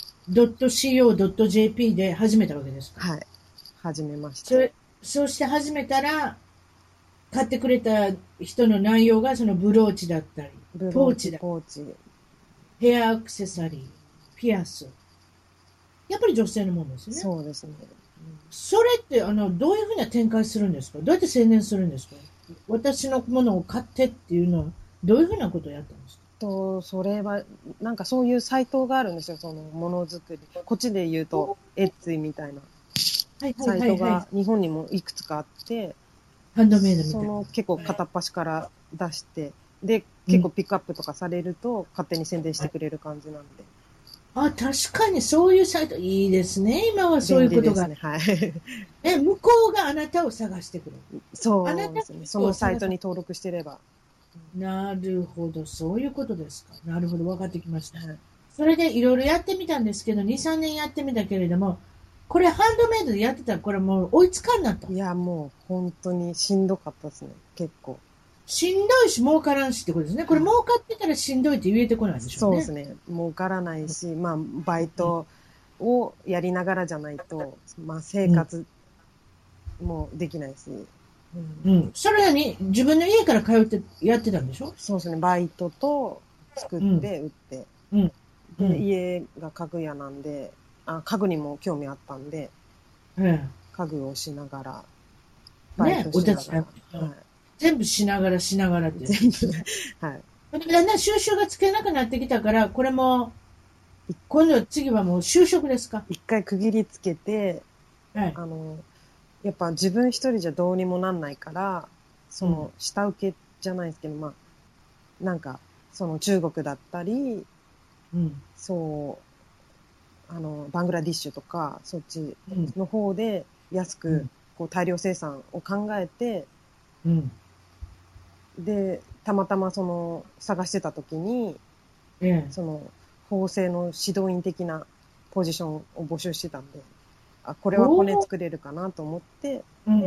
、.co.jp で始めたわけですか？ はい。始めました。 そうして始めたら、買ってくれた人の内容がそのブローチだったり、ポーチ、ヘアアクセサリー、ピアス。やっぱり女性のものですよね。 そうですね。 それって、どういうふうな展開するんですか？どうやって宣伝するんですか？私のものを買ってっていうのは、どういうふうなことをやったんですか？ それは、なんかそういうサイトがあるんですよ、そのものづくり。こっちで言うと、エッツイみたいなサイトが日本にもいくつかあって、 ハンドメイドみたいな。 その結構片っ端から出して、で、結構ピックアップとかされると、勝手に宣伝してくれる感じなんで。 あ、確かにそういうサイト、いいですね、今はそういうことが。 便利ですね、 はい。向こうがあなたを探してくる。 そうですね。そのサイトに登録してれば。 なるほど、そういうことですか。なるほど、分かってきました。それでいろいろやってみたんですけど、2、3年やってみたけれども、これハンドメイドでやってたら、これもう追いつかんなった。 いや、もう本当にしんどかったですね、結構。 しんどいし、儲からんしってことですね。これ儲かってたらしんどいって言えてこないでしょうね。 そうですね。儲からないし、まあ、バイトをやりながらじゃないと、まあ、生活もできないし。 それなに自分の家から通ってやってたんでしょ？ そうですね。バイトと作って売って。で、家が家具屋なんで、家具にも興味あったんで、家具をしながら、バイトしながら。 全部しながらって。 全部。はい。 だんだん収集がつけなくなってきたから、これも、今度次はもう就職ですか？ 一回区切りつけて、やっぱ自分一人じゃどうにもなんないから、その、下請けじゃないですけど、まあ、なんか、その中国だったり、そう、バングラディッシュとか、そっちの方で安く、こう大量生産を考えて、で、たまたまその、探してた時に、その、縫製の指導員的なポジションを募集してたんで、これは骨作れるかなと思って、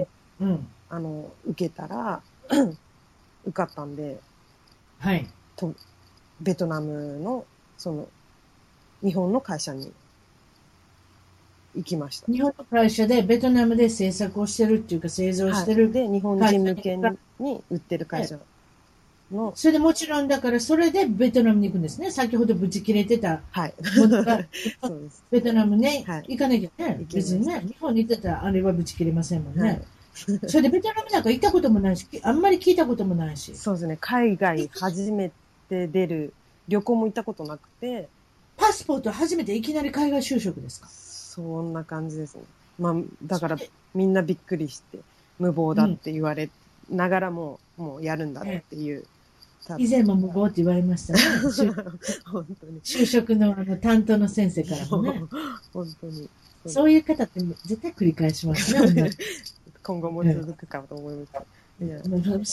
受けたら、受かったんで、 はい。 ベトナムの、その、日本の会社に行きました。 日本の会社でベトナムで製作をしてるっていうか製造してる、 で、日本人向けに売ってる会社の。 それでもちろんだからそれでベトナムに行くんですね。先ほどブチ切れてたものが、 そうです。ベトナムね、行かなきゃね。別にね、日本に行ってたらあれはブチ切れませんもんね。それでベトナムなんか行ったこともないし、あんまり聞いたこともないし。 そうですね。海外初めて出る、旅行も行ったことなくて。 パスポート初めていきなり海外就職ですか？ そんな感じですね。まあ、だからみんなびっくりして、無謀だって言われながらも、もうやるんだっていう。 以前も無謀って言われましたね。 本当に。 就職の担当の先生からもね。 本当に。 そういう方って絶対繰り返しますね。 今後も続くかと思います。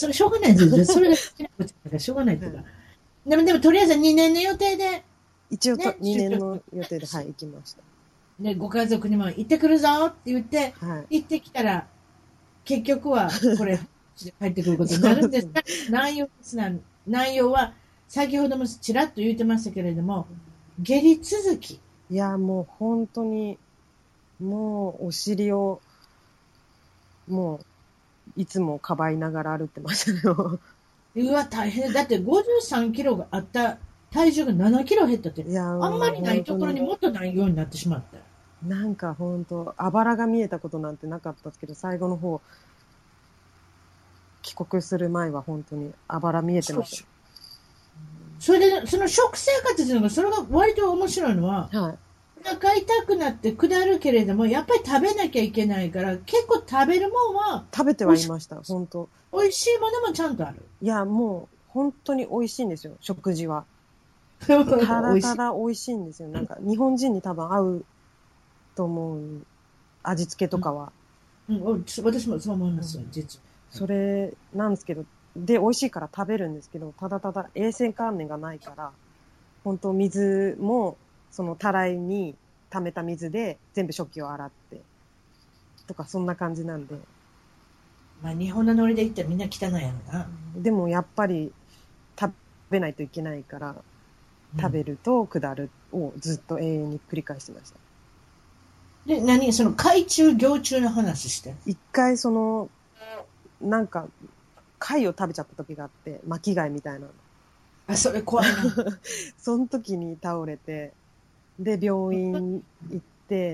それしょうがないですよ。それが好きなことだからしょうがないというか。でもとりあえず2年の予定で。 一応2年の予定で、はい、行きました。 で、ご家族にも行ってくるぞって言って、行ってきたら、結局はこれ、帰ってくることになるんですが、内容は、先ほどもちらっと言ってましたけれども、下痢続き。 いや、もう本当に、もうお尻を、もう、いつもかばいながら歩ってましたよ。 うわ、大変。だって53キロがあった体重が7キロ減ったって、あんまりないところにもっとないようになってしまった。 なんか本当、あばらが見えたことなんてなかったですけど、最後の方、帰国する前は本当にあばら見えてました。 それで、その食生活っていうのが、それが割と面白いのは、お腹痛くなって下るけれども、やっぱり食べなきゃいけないから、結構食べるもんは、 食べてはいました、本当。 美味しいものもちゃんとある。 いや、もう、本当に美味しいんですよ、食事は。ただただ美味しいんですよ。なんか、日本人に多分合うと思う味付けとかは。 私もそう思いますよ、実は。 それなんですけど、で、美味しいから食べるんですけど、ただただ衛生観念がないから、本当水も、そのたらいに溜めた水で全部食器を洗って、とかそんな感じなんで。 まあ日本のノリで言ったらみんな汚いやろな。 でもやっぱり食べないといけないから、食べると下るをずっと永遠に繰り返してました。 で、その海中、行中の話して。 一回なんか、貝を食べちゃった時があって、巻き貝みたいな。 あ、それ怖いな。 その時に倒れて、で、病院行って、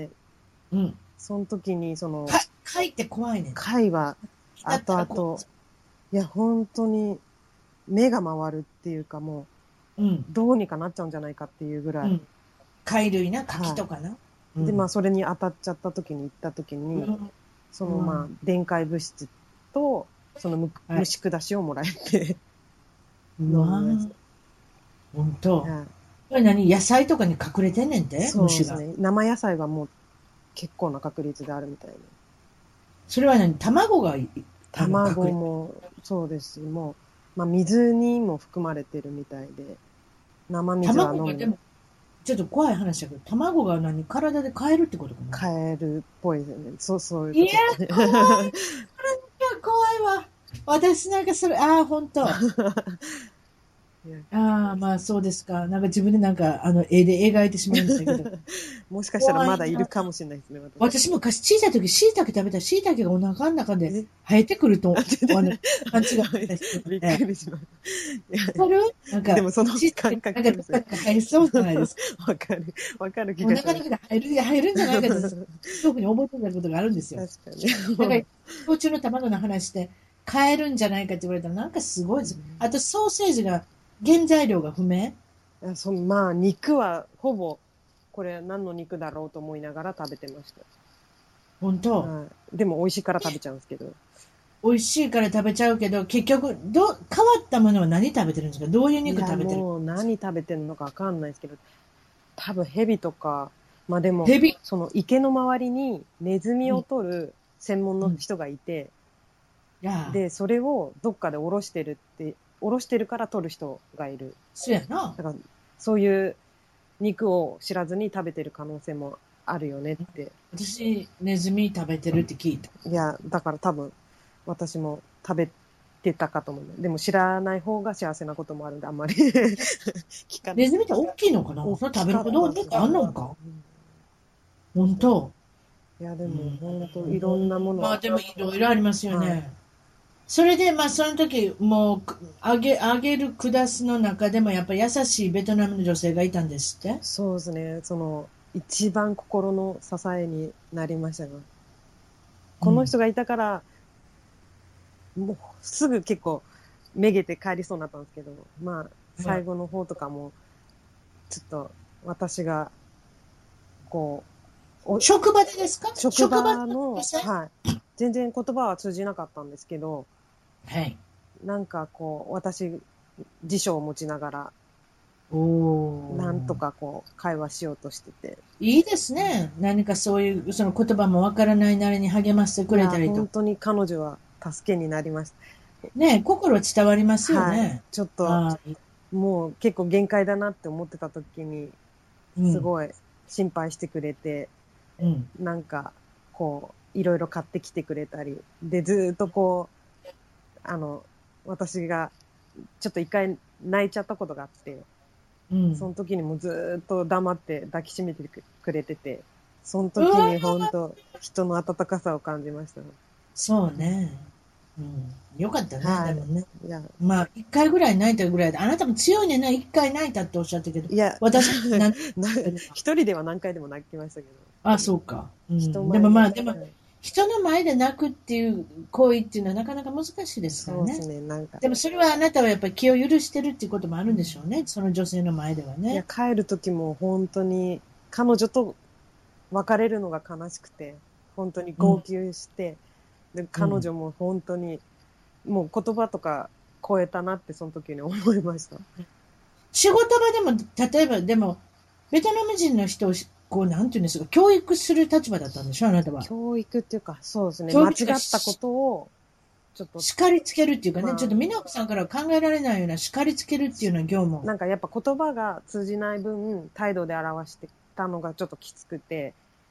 うん。 その時に貝って怖いねん。 貝は、後々、いや、本当に、目が回るっていうかもう、どうにかなっちゃうんじゃないかっていうぐらい。 貝類な、牡蠣とかな。 で、まあ、それに当たっちゃった時に行った時に、まあ、電解物質と、虫下しをもらえて、 うわぁ。ほんと。これ何野菜とかに隠れてんねんてそうですね。生野菜はもう結構な確率であるみたいな。 それは何卵もそうですし、もう、まあ水にも含まれてるみたいで、生水は飲む。 卵がでも、ちょっと怖い話だけど、卵が体で飼えるってことかな。 飼えるっぽいですよね。そういうこと。いや、怖い。怖いわ。私なんかそれ、ほんと。まあそうですか。なんか自分で絵で描いてしまいましたけど。 もしかしたらまだいるかもしれないですね。 私も昔小さい時椎茸食べたら椎茸がお腹の中で生えてくると、勘違いびっくりしました。なんか、 でもその感覚なんか入りそうじゃないですか。 わかる気がする。 お腹の中で入るんじゃないかと、特に覚えてたことがあるんですよ。 確かに。 だから、幼虫の卵の話で、買えるんじゃないかって言われたらなんかすごいです。あとソーセージが、原材料が不明？ まあ、肉はほぼ、これ何の肉だろうと思いながら食べてました。 本当？ でも美味しいから食べちゃうんですけど。 美味しいから食べちゃうけど、結局、変わったものは何食べてるんですか？どういう肉食べてる？ もう何食べてるのかわかんないですけど、多分蛇とか、まあでも、池の周りにネズミを取る専門の人がいて、で、それをどっかでおろしてるから取る人がいる。 そうやな。 だからそういう肉を知らずに食べてる可能性もあるよねって。 私、ネズミ食べてるって聞いた。 いや、だから多分、私も食べてたかと思う。でも知らない方が幸せなこともあるんで、あんまり聞かない。 ネズミって大きいのかな？それ食べることってあんのか？本当？ いや、でも本当いろんなもの。 まあでもいろいろありますよね。それで、まあ、その時、もう、あげる、下すの中でも、やっぱり優しいベトナムの女性がいたんですって？ そうですね。一番心の支えになりましたが。この人がいたから、もう、すぐ結構、めげて帰りそうになったんですけど、まあ、最後の方とかも、ちょっと、私が、 職場でですか？ 職場の、はい。全然言葉は通じなかったんですけど、 はい。 なんか私、辞書を持ちながら、なんとか会話しようとしてて。 いいですね。何かそういう、その言葉もわからないなりに励ましてくれたりと。 本当に彼女は助けになりました。 ね、心伝わりますよね。はい、 ちょっと、もう結構限界だなって思ってた時に、すごい心配してくれて、なんか、いろいろ買ってきてくれたり、で、ずっと私が、ちょっと一回泣いちゃったことがあって、その時にもずっと黙って抱きしめてくれてて、その時に本当人の温かさを感じました。 そうね。よかったね、でもね。まあ、一回ぐらい泣いたぐらいで、あなたも強いねな、一回泣いたっておっしゃったけど、 いや、 私、 一人では何回でも泣きましたけど。そうか。でもまあ、人の前で泣くっていう行為っていうのはなかなか難しいですからね。 そうですね、 でもそれはあなたはやっぱり気を許してるっていうこともあるんでしょうね、その女性の前ではね。 いや、帰る時も本当に彼女と別れるのが悲しくて、本当に号泣して、で彼女も本当に、もう言葉とか超えたなってその時に思いました。 仕事場でも、例えばでも、ベトナム人の人をなんていうんですか、教育する立場だったんでしょ、あなたは。 教育っていうか、そうですね。間違ったことを、ちょっと。 叱りつけるっていうかね、ちょっと美奈子さんからは考えられないような叱りつけるっていうような業務。 なんかやっぱ言葉が通じない分、態度で表してたのがちょっときつくて、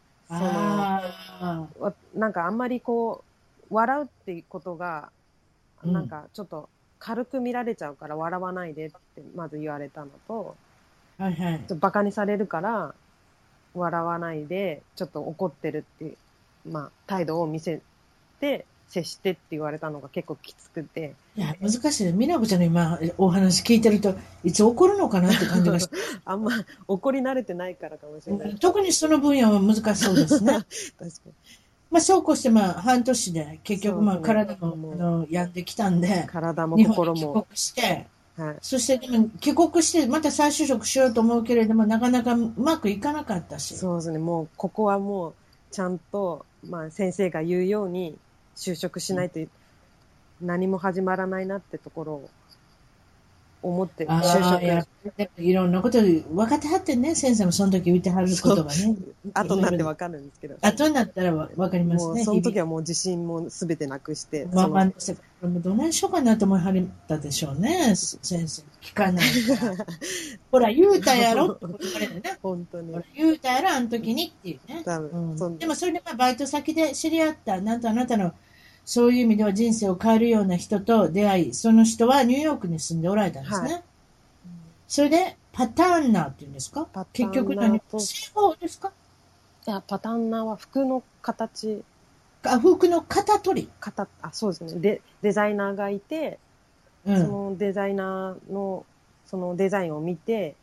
あなんかあんまりこう、笑うっていうことが、 うんなんかちょっと軽く見られちゃうから笑わないでってまず言われたのと、 あ、はいはい。 ちょっとバカにされるから笑わないで、ちょっと怒ってるっていう、まあ態度を見せて、接してって言われたのが結構きつくて。 いや、難しいね。美奈子ちゃんの今、お話聞いてると、いつ怒るのかなって感じがして、 あんま怒り慣れてないからかもしれない。 特にその分野は難しそうですね。 確かに。 まあ、そうこうして、まあ、半年で、結局、まあ、 そうですね体も、病んできたんで、 体も日本心も。 に帰国して、 はい。 そして、でも、帰国して、また再就職しようと思うけれども、なかなかうまくいかなかったし。 そうですね。もう、ここはもう、ちゃんと、まあ、先生が言うように、就職しないと、何も始まらないなってところを思って就ああ、いや、 職。 でもいろんなこと分かってはってんね、先生もその時言ってはることがね。 後になってわかるんですけど。 後になったら分かりますね。 もう、その時はもう自信もすべてなくして。 まあまあ、どないしようかなと思いはったでしょうね、先生。聞かないから。ほら、言うたやろって言われるね。 本当に。 ほら、言うたやろ、あの時にっていうね。 多分、 でもそれでまあバイト先で知り合った、なんとあなたのそういう意味では人生を変えるような人と出会い、その人はニューヨークに住んでおられたんですね。はい、それで、パターンナーっていうんですか？結局何？西方ですか？ いや、パターンナーは服の形。 服の型取り。 そうですね。デザイナーがいて、そのデザイナーの、そのデザインを見て、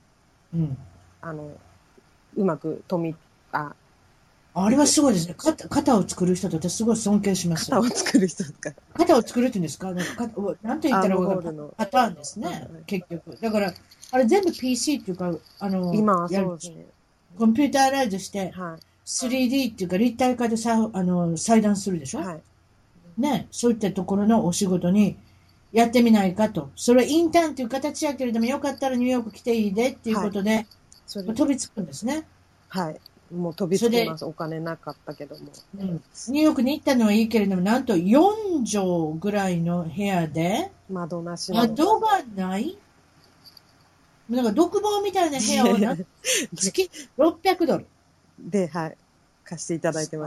うまくあれはすごいですね。型を作る人と私すごい尊敬します。 型を作る人ですか？ 型を作るって言うんですか？なんて言ったらパターンですね、結局。だから、あれ全部 PC っていうか、 今はそうですね。 コンピューターライズして、3D っていうか立体化で裁断するでしょ？はい。ね、そういったところのお仕事にやってみないかと。それはインターンっていう形やけれども、よかったらニューヨーク来ていいでっていうことで、飛びつくんですね。 はい。もう飛びつきます。お金なかったけども。 ニューヨークに行ったのはいいけれども、なんと4畳ぐらいの部屋で、 窓なしの。窓がないなんか独房みたいな部屋を月600ドル。 で、はい。貸していただいてます。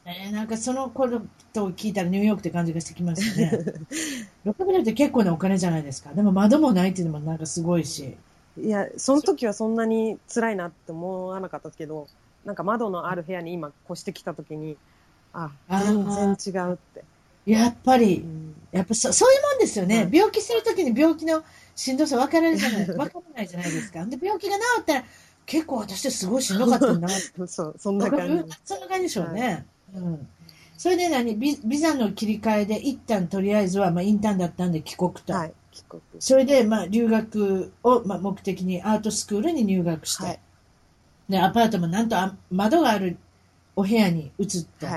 なんかそのことを聞いたらニューヨークって感じがしてきますね。600ドルって結構なお金じゃないですか。でも窓もないっていうのもなんかすごいし。 いや、その時はそんなに辛いなって思わなかったけど、なんか窓のある部屋に今越してきた時に、全然違うって。 やっぱり、そういうもんですよね。病気するときに病気のしんどさ分からないじゃないですか。で、病気が治ったら、結構私ってすごいしんどかったんだな。 そんな感じ。 そんな感じでしょうね。それでビザの切り替えで一旦とりあえずは、インターンだったんで帰国と。はい、帰国。それで、留学を、目的にアートスクールに入学して。で、アパートもなんと窓があるお部屋に移った。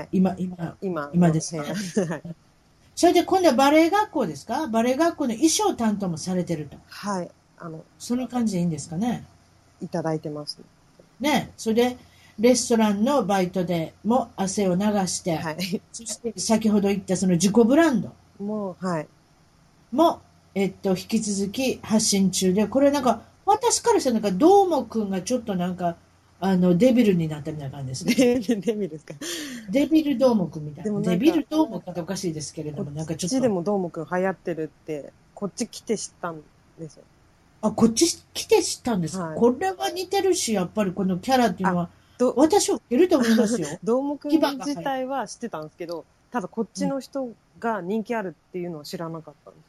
今ですね。それで今度はバレエ学校ですか？バレエ学校の衣装担当もされてると。 はい。 その感じでいいんですかね？ いただいてます。 ね。それで、レストランのバイトでも汗を流して、そして先ほど言ったその自己ブランドも、引き続き発信中で、これなんか、私からしたらなんか、どーもくんがちょっとなんか、デビルになったみたいな感じですね。 デビルですか？ デビルどーもくんみたいな。デビルどーもくんっておかしいですけれども、なんかちょっと。 こっちでもどーもくん流行ってるって、こっち来て知ったんですよ。 こっち来て知ったんですか？これは似てるし、やっぱりこのキャラっていうのは、私は受けると思いますよ。 どーもくん自体は知ってたんですけど、ただこっちの人が人気あるっていうのは知らなかったんです。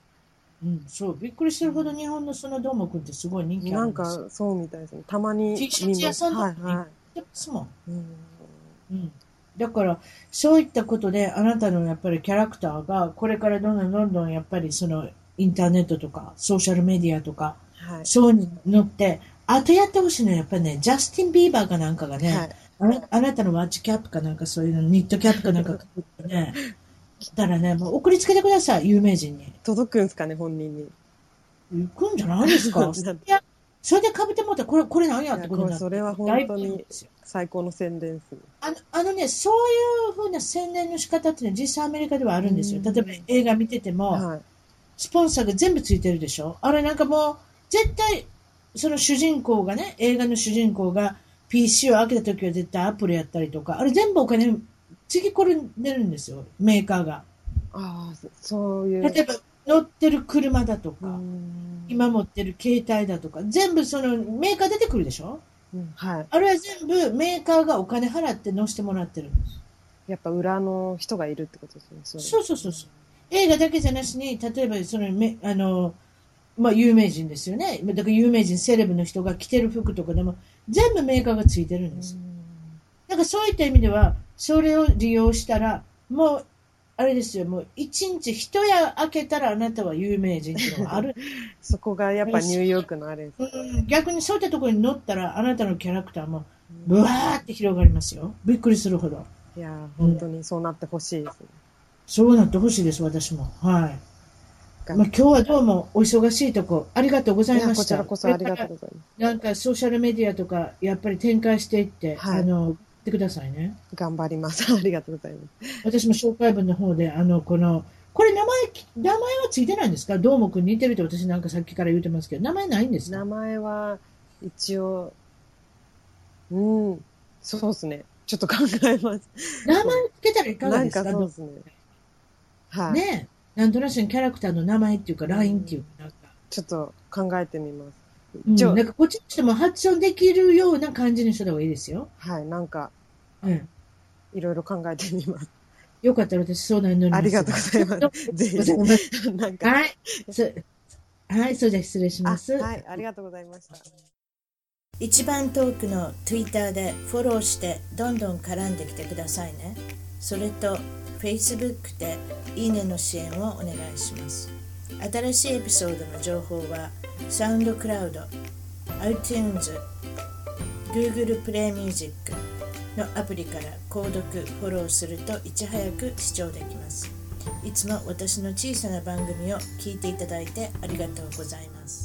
そう、びっくりするほど日本のそのどーもくんってすごい人気あるんですよ。 なんか、そうみたいですね。たまに。 T シャツ屋さんとかに行ってますもん。だから、そういったことで、あなたのやっぱりキャラクターが、これからどんどんやっぱりその、インターネットとか、ソーシャルメディアとか、そうに乗って、あとやってほしいのはやっぱりね、ジャスティン・ビーバーかなんかがね、あなたのワッチキャップかなんかそういうの、ニットキャップかなんかかぶってね、来たらね、もう送りつけてください、有名人に。 届くんすかね、本人に。 行くんじゃないですか？いや、それで被ってもらったら、これ何やってことになって。 それは本当に最高の宣伝ですね。そういう風な宣伝の仕方ってね、実際アメリカではあるんですよ。例えば映画見てても、スポンサーが全部ついてるでしょ？あれなんかもう、絶対、その主人公がね、映画の主人公が PC を開けた時は絶対アップルやったりとか、あれ全部お金、次これ出るんですよ、メーカーが。 ああ、そういう。 例えば、乗ってる車だとか、今持ってる携帯だとか、全部そのメーカー出てくるでしょ、 はい。 あれは全部メーカーがお金払って乗せてもらってるんです。 やっぱ裏の人がいるってことですね。 そうそうそうそう。映画だけじゃなしに、例えばそのまあ、有名人ですよね。だから有名人、セレブの人が着てる服とかでも、全部メーカーがついてるんです。だからそういった意味では、それを利用したら、もう、あれですよ、もう一日一夜明けたらあなたは有名人っていうのがある。 そこがやっぱニューヨークのあれです。 逆にそういったところに乗ったら、あなたのキャラクターも、ブワーって広がりますよ。びっくりするほど。 いやー、本当にそうなってほしいですね。 そうなってほしいです、私も。はい。まあ、今日はどうもお忙しいとこありがとうございました。 こちらこそありがとうございます。 なんかソーシャルメディアとかやっぱり展開していって、 はい、 言ってくださいね。 頑張ります。ありがとうございます。 私も紹介文の方でこれ名前はついてないんですか？どーもくん似てるって私なんかさっきから言ってますけど、名前ないんですか？ 名前は一応、そうですね。ちょっと考えます。 名前つけたらいかがですか？ なんかそうですね。はい。 ねえ。なんとなしにキャラクターの名前っていうか、ラインっていうか、なんか。 ちょっと考えてみます。 なんかこっちとしても発音できるような感じにした方がいいですよ。 はい、なんか、いろいろ考えてみます。 よかったら私相談に乗ります。 ありがとうございます。ぜひ。なんか。 はい。はい、それじゃ失礼します。 はい、ありがとうございました。 一番トークの Twitter でフォローしてどんどん絡んできてくださいね。それと Facebook でいいねの支援をお願いします。新しいエピソードの情報は SoundCloud、iTunes、Google プレイミュージックのアプリから購読フォローするといち早く視聴できます。いつも私の小さな番組を聞いていただいてありがとうございます。